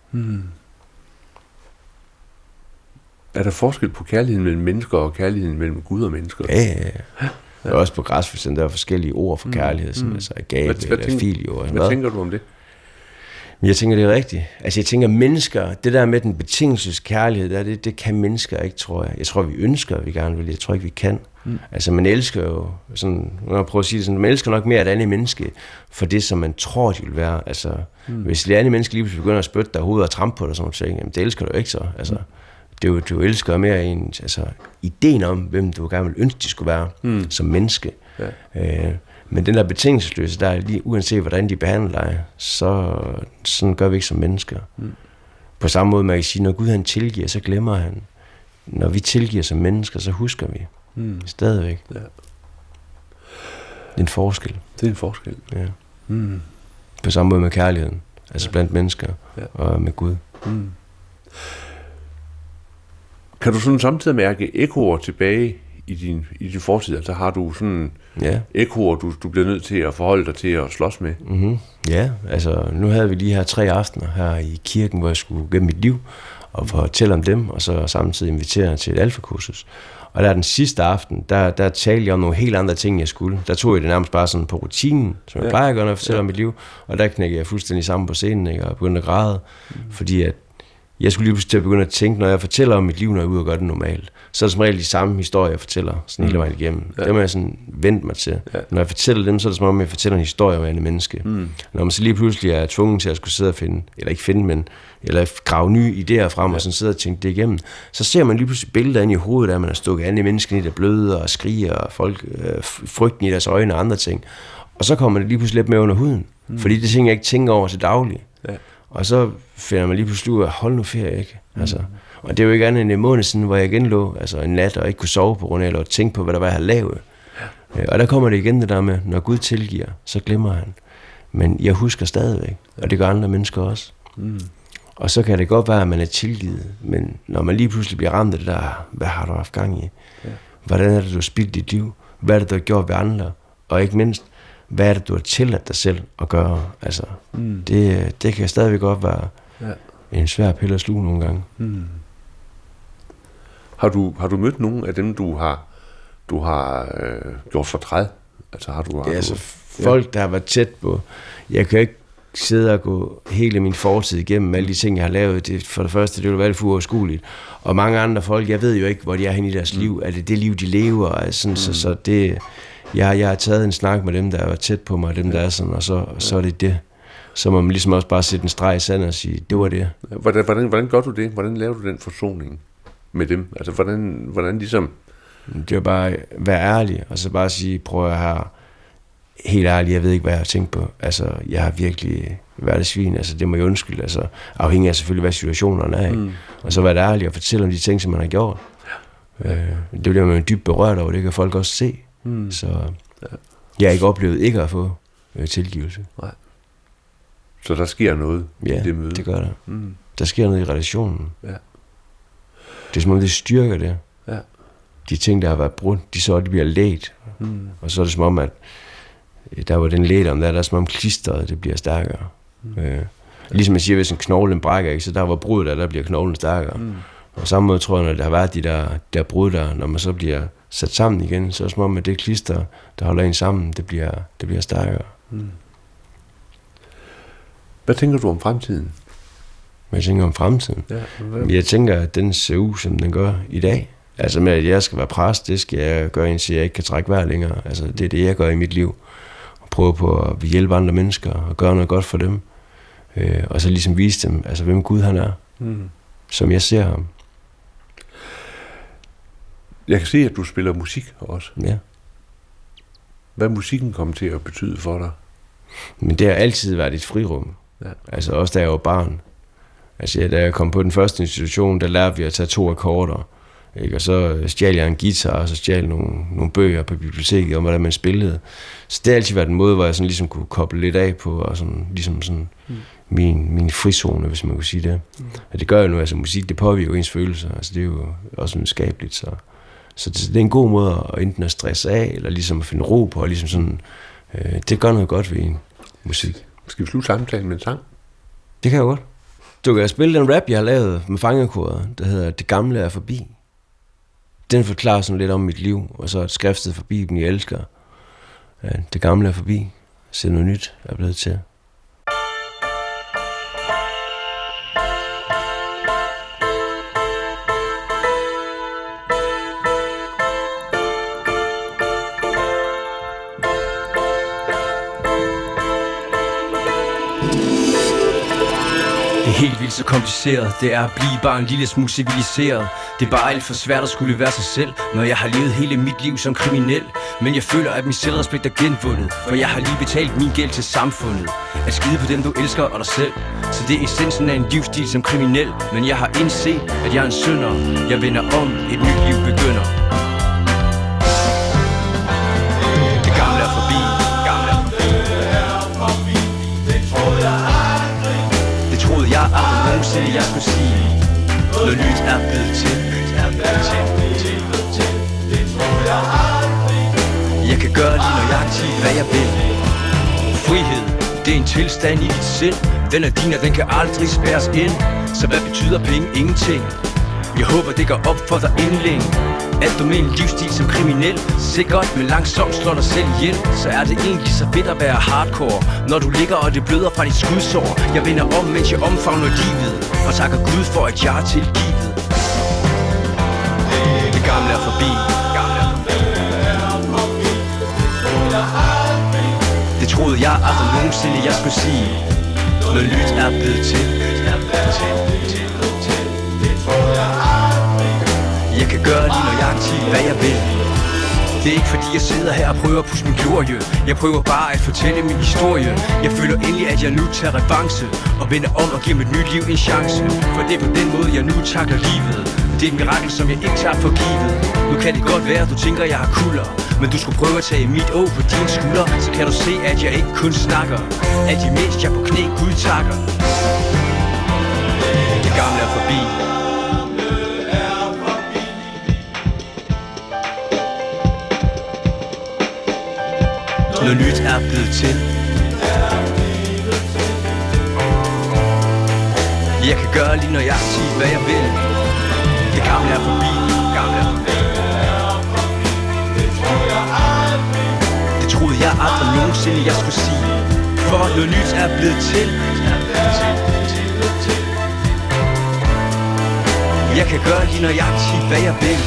Speaker 2: Er der forskel på kærligheden mellem mennesker og kærligheden mellem Gud og mennesker?
Speaker 3: Ja. Og også på græsfælden, der er forskellige ord for kærlighed, som altså agape eller filio.
Speaker 2: Hvad tænker du om det?
Speaker 3: Jeg tænker, det er rigtigt. Altså jeg tænker, mennesker, det der med den betingelses kærlighed, det kan mennesker ikke, tror jeg. Jeg tror, vi ønsker, at vi gerne vil. Jeg tror ikke, vi kan. Altså man elsker jo, sådan, når jeg prøver at sige det sådan, man elsker nok mere et andet menneske, for det, som man tror, de vil være. Altså, hvis et andet menneske lige pludselig begynder at spytte dig hovedet og trampe på dig, sådan noget, jamen det elsker du ikke så. Altså, du elsker mere en, altså, ideen om, hvem du gerne vil ønske, de skulle være som menneske. Men den der betingelsesløse, der er lige uanset hvordan de behandler dig, så sådan gør vi ikke som mennesker. På samme måde man kan sige, når Gud han tilgiver, så glemmer han. Når vi tilgiver som mennesker, så husker vi. Stadigvæk. Det er en forskel.
Speaker 2: Det er en forskel.
Speaker 3: Ja. På samme måde med kærligheden. Altså blandt mennesker og med Gud.
Speaker 2: Kan du sådan samtidig mærke ekoer tilbage i din fortid? Altså har du sådan ekoer, du bliver nødt til at forholde dig til at slås med?
Speaker 3: Ja, altså nu havde vi lige her 3 aftener her i kirken, hvor jeg skulle gennem mit liv og fortælle om dem, og så samtidig invitere til et alfakursus. Og der den sidste aften, der talte jeg om nogle helt andre ting, jeg skulle. Der tog jeg det nærmest bare sådan på rutinen, som jeg plejer at gøre, når jeg fortæller om mit liv. Og der knækkede jeg fuldstændig sammen på scenen, ikke? Og begyndte at græde, fordi at jeg skulle lige pludselig til at begynde at tænke, når jeg fortæller om mit liv, når jeg er ude og gør det normalt, så er det som regel de samme historier, jeg fortæller sådan hele vejen igennem. Dem har jeg sådan vendt mig til. Når jeg fortæller dem, så er det som om, jeg fortæller en historie om et menneske. Når man så lige pludselig er tvunget til at skulle sidde og finde, eller ikke finde, men eller grave nye idéer frem, og sådan sidde og tænke det igennem, så ser man lige pludselig billeder ind i hovedet, der man har stukket an i menneskene, der bløder og skriger, og folk frygten i deres øjne og andre ting. Og så kommer det lige pludselig lidt mere under huden. Fordi det ting, jeg ikke tænker over til daglig. Og så finder man lige pludselig ud af, hold nu ferie, ikke? Altså, og det er jo ikke andet end en måned siden, hvor jeg igen lå en nat og ikke kunne sove på grund af, eller tænke på, hvad der var, jeg havde lavet. Og der kommer det igen det der med, når Gud tilgiver, så glemmer han. Men jeg husker stadigvæk, og det gør andre mennesker også. Og så kan det godt være, at man er tilgivet, men når man lige pludselig bliver ramt af det der, hvad har du haft gang i? Hvordan er det, du har spildt dit liv? Hvad er det, du har gjort ved andre? Og ikke mindst, hvad er det, du har tilladt dig selv at gøre? Altså, det kan stadigvæk godt være en svær pille at sluge nogle gange.
Speaker 2: Har du mødt nogen af dem, du har gjort fortræd? Altså har du
Speaker 3: folk, der har været tæt på. Jeg kan ikke sidde og gå hele min fortid igennem alle de ting, jeg har lavet. For det første, det vil være for uoverskueligt. Og mange andre folk, jeg ved jo ikke, hvor de er henne i deres liv. Er det liv, de lever? Altså, så det... Jeg har taget en snak med dem, der er tæt på mig, dem der er sådan, og så er det det. så må man ligesom også bare sætte en streg i sandet og sige, det var det.
Speaker 2: Hvordan gør du det? Hvordan laver du den forsoning med dem? Altså, hvordan ligesom...
Speaker 3: Det er bare være ærlig, og så bare sige, prøv at have helt ærligt, jeg ved ikke, hvad jeg har tænkt på. Altså, jeg har virkelig været et svin, altså, det må jeg undskylde. Altså, afhængig af selvfølgelig, hvad situationerne er, ikke? Og så være ærlig og fortælle om de ting, som man har gjort. Det bliver man dybt berørt over, det kan folk også se. Så jeg har ikke oplevet ikke at få tilgivelse.
Speaker 2: Nej. Så der sker noget i det møde?
Speaker 3: Det gør der. Der sker noget i relationen.
Speaker 2: Ja.
Speaker 3: Det er som om, det styrker det.
Speaker 2: Ja.
Speaker 3: De ting, der har været brudt, de bliver lægt. Og så er det som om, at der var den lægdom, der er som om klisteret, det bliver stærkere. Ligesom man siger, hvis en knogle brækker, ikke? Så der var brud, der bliver knoglen stærkere. Og samme måde tror jeg, når der har været de der brud der, når man så bliver sat sammen igen, så er det som om, at det klister, der holder en sammen, det bliver stærkere.
Speaker 2: Hvad tænker du om fremtiden?
Speaker 3: Jeg tænker om fremtiden?
Speaker 2: Ja,
Speaker 3: jeg tænker, at den ser ud, som den gør i dag. Altså med, at jeg skal være præst, det skal jeg gøre, indtil jeg ikke kan trække vejr længere. Altså det er det, jeg gør i mit liv. Og prøve på at hjælpe andre mennesker og gøre noget godt for dem. Og så ligesom vise dem, altså hvem Gud han er. Som jeg ser ham.
Speaker 2: Jeg kan se, at du spiller musik også.
Speaker 3: Ja.
Speaker 2: Hvad er musikken kommet til at betyde for dig?
Speaker 3: Men det har altid været et frirum. Ja. Altså også da jeg var barn. Altså da jeg kom på den første institution, der lærte vi at tage 2 akkorder. Ikke? Og så stjal jeg en guitar, og så stjal nogle bøger på biblioteket om, hvordan man spillede. Så det har altid været en måde, hvor jeg sådan ligesom kunne koble lidt af på, og sådan, ligesom sådan min frizone, hvis man kunne sige det. Og det gør jo nu, altså musik, det påvirker jo ens følelser. Altså det er jo også skabeligt, så det er en god måde at enten at stresse af, eller ligesom at finde ro på, og ligesom sådan, det gør noget godt ved en musik.
Speaker 2: Skal vi slutte samtalen med en sang?
Speaker 3: Det kan jeg godt. Du kan spille den rap, jeg har lavet med fangekoret, der hedder Det gamle er forbi. Den forklarer sådan lidt om mit liv, og så et skriftet for Bibelen, jeg elsker. Ja, det gamle er forbi, så noget nyt er blevet til.
Speaker 1: Helt vildt så kompliceret, det er at blive bare en lille smule civiliseret. Det er bare alt for svært at skulle være sig selv, når jeg har levet hele mit liv som kriminel. Men jeg føler, at min selvrespekt er genvundet, for jeg har lige betalt min gæld til samfundet. At skide på dem, du elsker og dig selv, så det er essensen af en livsstil som kriminel. Men jeg har indset, at jeg er en synder. Jeg vender om, et nyt liv begynder. Det gamle er forbi, gamle er forbi. Det troede jeg aldrig. Det troede jeg aldrig nogensinde jeg skulle sige. Noget nyt er blevet til. Det troede jeg aldrig. Jeg kan gøre lige nøjagtigt hvad jeg vil. Frihed, det er en tilstand i dit sind. Den er din, og den kan aldrig spærres ind. Så hvad betyder penge? Ingenting. Jeg håber det går op for dig indlæng, at du med en livsstil som kriminel sikkert, men langsomt slår dig selv ihjel. Så er det egentlig så fedt at være hardcore, når du ligger og det bløder fra dit skudsår. Jeg vender om, mens jeg omfavner livet, og takker Gud for at jeg er tilgivet. Det gamle er forbi. Det troede jeg aldrig nogensinde jeg skulle sige. Noget nyt er blevet til. Jeg kan gøre lige nøjagtigt hvad jeg vil. Det er ikke fordi jeg sidder her og prøver at pusse min glorie. Jeg prøver bare at fortælle min historie. Jeg føler endelig at jeg nu tager revanche og vender om og giver mit nye liv en chance. For det er på den måde jeg nu takler livet. Det er et mirakel som jeg ikke tager for givet. Nu kan det godt være at du tænker jeg har kulder, men du skulle prøve at tage mit å på dine skulder. Så kan du se at jeg ikke kun snakker. Alt imens jeg på knæ Gud takker. Det gamle er forbi. Noget nyt er blevet til. Jeg kan gøre lige nøjagtigt hvad jeg vil. Det gamle er forbi. Det troede jeg aldrig nogensinde jeg skulle sige. For noget nyt er blevet til. Jeg kan gøre lige nøjagtigt hvad jeg vil.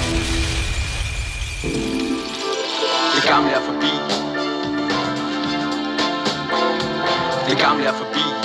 Speaker 1: Det gamle er forbi. Det gamle er forbi.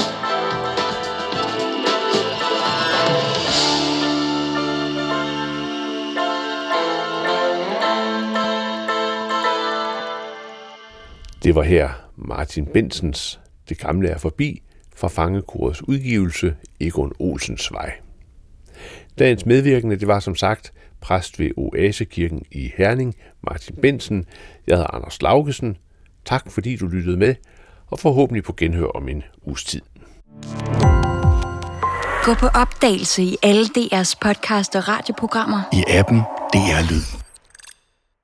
Speaker 2: Det var her Martin Bensens Det gamle er forbi fra Fangekorets udgivelse Egon Olsens Vej. Dagens medvirkende, det var som sagt præst ved Oasekirken i Herning, Martin Bensen. Jeg hedder Anders Laugesen. Tak fordi du lyttede med, og forhåbentlig på genhør om en uges tid.
Speaker 4: Gå på opdagelse i alle DR's podcast og radioprogrammer.
Speaker 5: I appen DR Lyd.